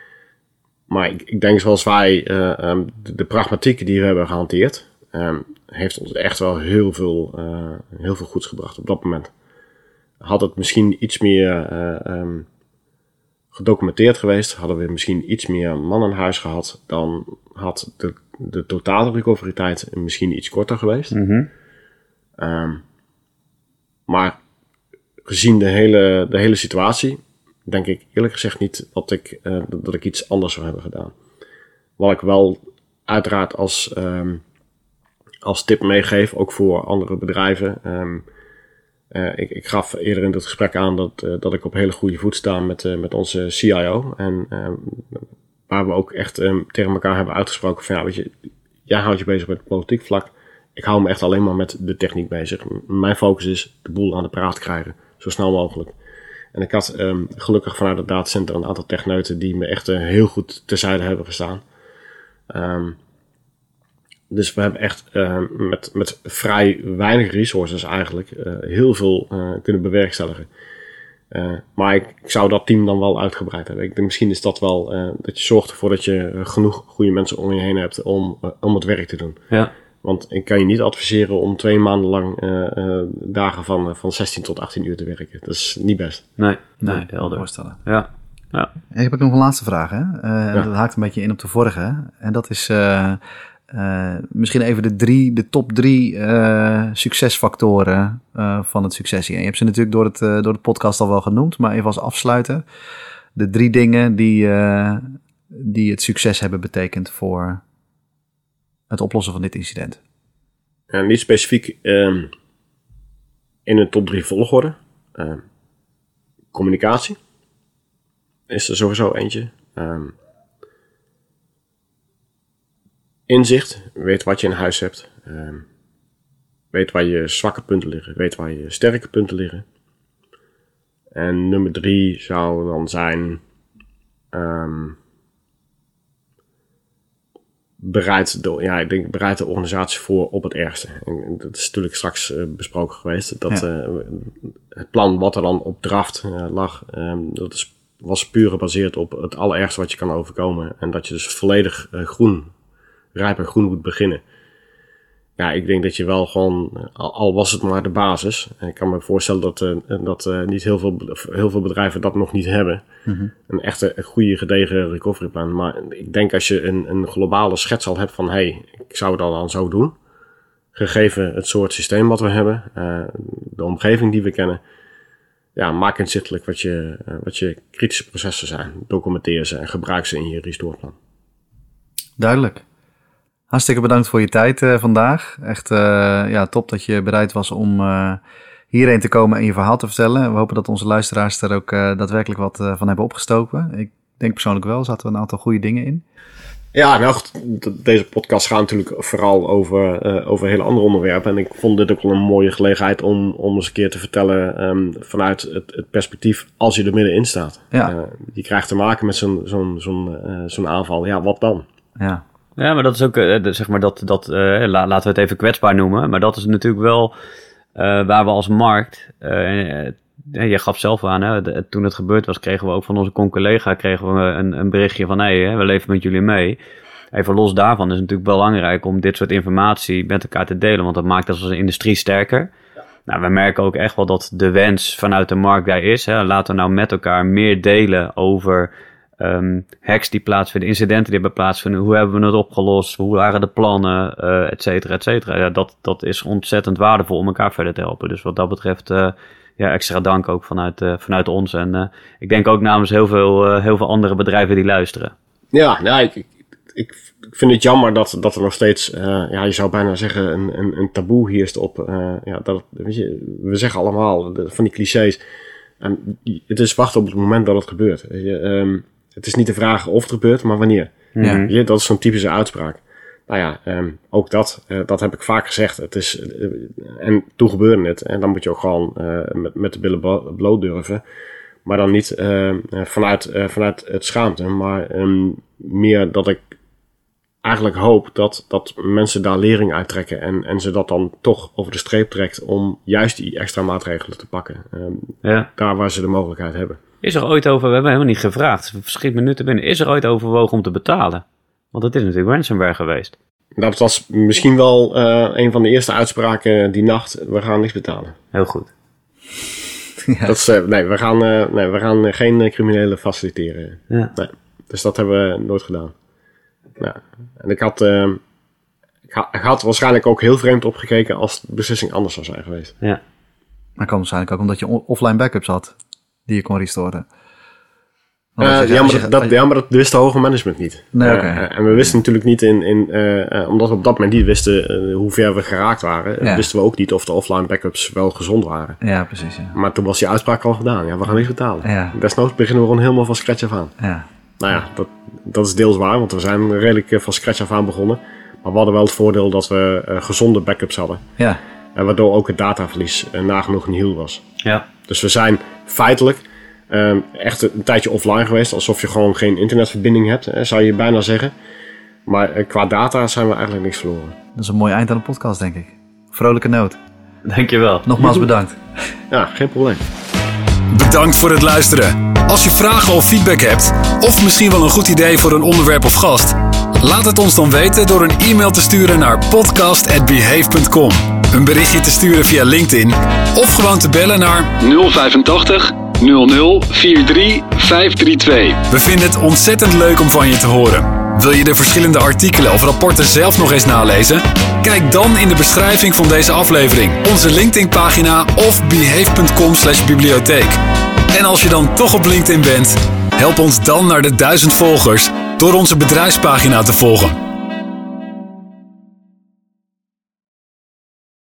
maar ik, ik denk zoals wij uh, um, de, de pragmatiek die we hebben gehanteerd, um, heeft ons echt wel heel veel, uh, heel veel goeds gebracht op dat moment. Had het misschien iets meer uh, um, gedocumenteerd geweest, hadden we misschien iets meer man in huis gehad, dan had de de totale recovery tijd misschien iets korter geweest. Mm-hmm. Um, maar gezien de hele, de hele situatie, denk ik eerlijk gezegd niet dat ik, uh, dat ik iets anders zou hebben gedaan. Wat ik wel uiteraard als, um, als tip meegeef, ook voor andere bedrijven. Um, uh, ik, ik gaf eerder in het gesprek aan dat, uh, dat ik op hele goede voet sta met, uh, met onze C I O. En uh, waar we ook echt um, tegen elkaar hebben uitgesproken van ja, weet je, jij houdt je bezig met het politiek vlak. Ik hou me echt alleen maar met de techniek bezig. Mijn focus is de boel aan de praat krijgen, zo snel mogelijk. En ik had um, gelukkig vanuit het datacenter een aantal techneuten die me echt uh, heel goed terzijde hebben gestaan. Um, dus we hebben echt uh, met, met vrij weinig resources eigenlijk uh, heel veel uh, kunnen bewerkstelligen. Uh, maar ik, ik zou dat team dan wel uitgebreid hebben. Ik denk, misschien is dat wel uh, dat je zorgt ervoor dat je uh, genoeg goede mensen om je heen hebt om, uh, om het werk te doen. Ja. Want ik kan je niet adviseren om twee maanden lang uh, uh, dagen van, uh, van zestien tot achttien uur te werken. Dat is niet best. Nee, nee, helder. Voorstellen. Ja. Ja. Ik heb ook nog een laatste vraag. Hè? Uh, ja. Dat haakt een beetje in op de vorige. En dat is uh, uh, misschien even de, drie, de top drie uh, succesfactoren uh, van het succes hier. En je hebt ze natuurlijk door, het, uh, door de podcast al wel genoemd. Maar even als afsluiter. De drie dingen die, uh, die het succes hebben betekend voor het oplossen van dit incident. Ja, niet specifiek um, in een top drie volgorde. Uh, communicatie is er sowieso eentje. Um, inzicht, weet wat je in huis hebt. Um, weet waar je zwakke punten liggen. Weet waar je sterke punten liggen. En nummer drie zou dan zijn um, bereid, de, ja, ik denk bereid de organisatie voor op het ergste. En dat is natuurlijk straks uh, besproken geweest. Dat ja. uh, het plan wat er dan op draft uh, lag, um, dat is, was puur gebaseerd op het allerergste wat je kan overkomen. En dat je dus volledig uh, groen, rijp en groen moet beginnen. Ja, ik denk dat je wel gewoon, al, al was het maar de basis. Ik kan me voorstellen dat, uh, dat uh, niet heel veel, heel veel bedrijven dat nog niet hebben. Mm-hmm. Een echte een goede gedegen recovery plan. Maar ik denk als je een, een globale schets al hebt van, hé, hey, ik zou dat dan zo doen. Gegeven het soort systeem wat we hebben, uh, de omgeving die we kennen. Ja, maak inzichtelijk wat je, uh, wat je kritische processen zijn. Documenteer ze en gebruik ze in je restore plan. Duidelijk. Hartstikke bedankt voor je tijd uh, vandaag. Echt uh, ja, top dat je bereid was om uh, hierheen te komen en je verhaal te vertellen. We hopen dat onze luisteraars er ook uh, daadwerkelijk wat uh, van hebben opgestoken. Ik denk persoonlijk wel, er zaten een aantal goede dingen in. Ja, nou, deze podcast gaat natuurlijk vooral over, uh, over hele andere onderwerpen. En ik vond dit ook wel een mooie gelegenheid om, om eens een keer te vertellen um, vanuit het, het perspectief als je er middenin staat. Ja. Uh, je krijgt te maken met zo'n, zo'n, zo'n, uh, zo'n aanval. Ja, wat dan? Ja. Ja, maar dat is ook, uh, zeg maar, dat, dat uh, la, laten we het even kwetsbaar noemen. Maar dat is natuurlijk wel uh, waar we als markt, uh, uh, je gaf zelf aan, hè, de, toen het gebeurd was, kregen we ook van onze collega kregen we een, een berichtje van, hé, hey, we leven met jullie mee. Even los daarvan is het natuurlijk belangrijk om dit soort informatie met elkaar te delen, want dat maakt ons als industrie sterker. Ja. Nou, we merken ook echt wel dat de wens vanuit de markt daar is. Hè. Laten we nou met elkaar meer delen over Um, hacks die plaatsvinden, incidenten die hebben plaatsvinden, hoe hebben we het opgelost, hoe waren de plannen, uh, et cetera, et cetera. Ja, dat, dat is ontzettend waardevol om elkaar verder te helpen. Dus wat dat betreft, uh, ja, extra dank ook vanuit, uh, vanuit ons. En uh, ik denk ook namens heel veel, uh, heel veel andere bedrijven die luisteren. Ja, nou, ik, ik, ik vind het jammer dat, dat er nog steeds, uh, ja, je zou bijna zeggen, een, een, een taboe heerst op, uh, ja, dat, weet je, we zeggen allemaal van die clichés. Um, het is wachten op het moment dat het gebeurt. Weet je, um, het is niet de vraag of het gebeurt, maar wanneer. Ja. Ja, dat is zo'n typische uitspraak. Nou ja, um, ook dat, uh, dat heb ik vaak gezegd. Het is, uh, en toen gebeurde het. En dan moet je ook gewoon uh, met, met de billen bloot durven. Maar dan niet uh, vanuit, uh, vanuit het schaamte. Maar um, meer dat ik eigenlijk hoop dat, dat mensen daar lering uit trekken. En, en ze dat dan toch over de streep trekt om juist die extra maatregelen te pakken. Um, ja. Daar waar ze de mogelijkheid hebben. Is er ooit over, we hebben helemaal niet gevraagd, verschiet minuten binnen, is er ooit overwogen om te betalen? Want het is natuurlijk ransomware geweest. Dat was misschien wel uh, een van de eerste uitspraken die nacht, we gaan niks betalen. Heel goed. Ja. Dat is, uh, nee, we gaan, uh, nee, we gaan uh, geen uh, criminelen faciliteren. Ja. Nee, dus dat hebben we nooit gedaan. Ja. En ik had, uh, ik, ha- ik had waarschijnlijk ook heel vreemd opgekeken als de beslissing anders zou zijn geweest. Ja. Maar kan waarschijnlijk ook omdat je on- offline backups had. Die je kon restoren. Uh, ja, maar dat, dat, ja, maar dat wist de hoge management niet. Nee, okay. uh, en we wisten natuurlijk niet in... in uh, uh, omdat we op dat moment niet wisten uh, hoe ver we geraakt waren... Ja. Wisten we ook niet of de offline backups wel gezond waren. Ja, precies. Ja. Maar toen was die uitspraak al gedaan. Ja, we gaan niks betalen. Ja. Desnoods beginnen we gewoon helemaal van scratch af aan. Ja. Nou ja, dat, dat is deels waar. Want we zijn redelijk uh, van scratch af aan begonnen. Maar we hadden wel het voordeel dat we uh, gezonde backups hadden. Ja. En waardoor ook het dataverlies uh, nagenoeg nihil was. Ja. Dus we zijn feitelijk... Um, echt een tijdje offline geweest, alsof je gewoon geen internetverbinding hebt, hè, zou je bijna zeggen. Maar uh, qua data zijn we eigenlijk niks verloren. Dat is een mooi eind aan de podcast, denk ik. Vrolijke noot. Dankjewel. Nogmaals bedankt. Ja, geen probleem. Bedankt voor het luisteren. Als je vragen of feedback hebt, of misschien wel een goed idee voor een onderwerp of gast, laat het ons dan weten door een e-mail te sturen naar podcast at behave punt com, een berichtje te sturen via LinkedIn of gewoon te bellen naar nul vijfentachtig nul nul vier drie vijf drie twee. We vinden het ontzettend leuk om van je te horen. Wil je de verschillende artikelen of rapporten zelf nog eens nalezen? Kijk dan in de beschrijving van deze aflevering, onze LinkedIn-pagina of behave punt com slash bibliotheek. En als je dan toch op LinkedIn bent, help ons dan naar de duizend volgers door onze bedrijfspagina te volgen.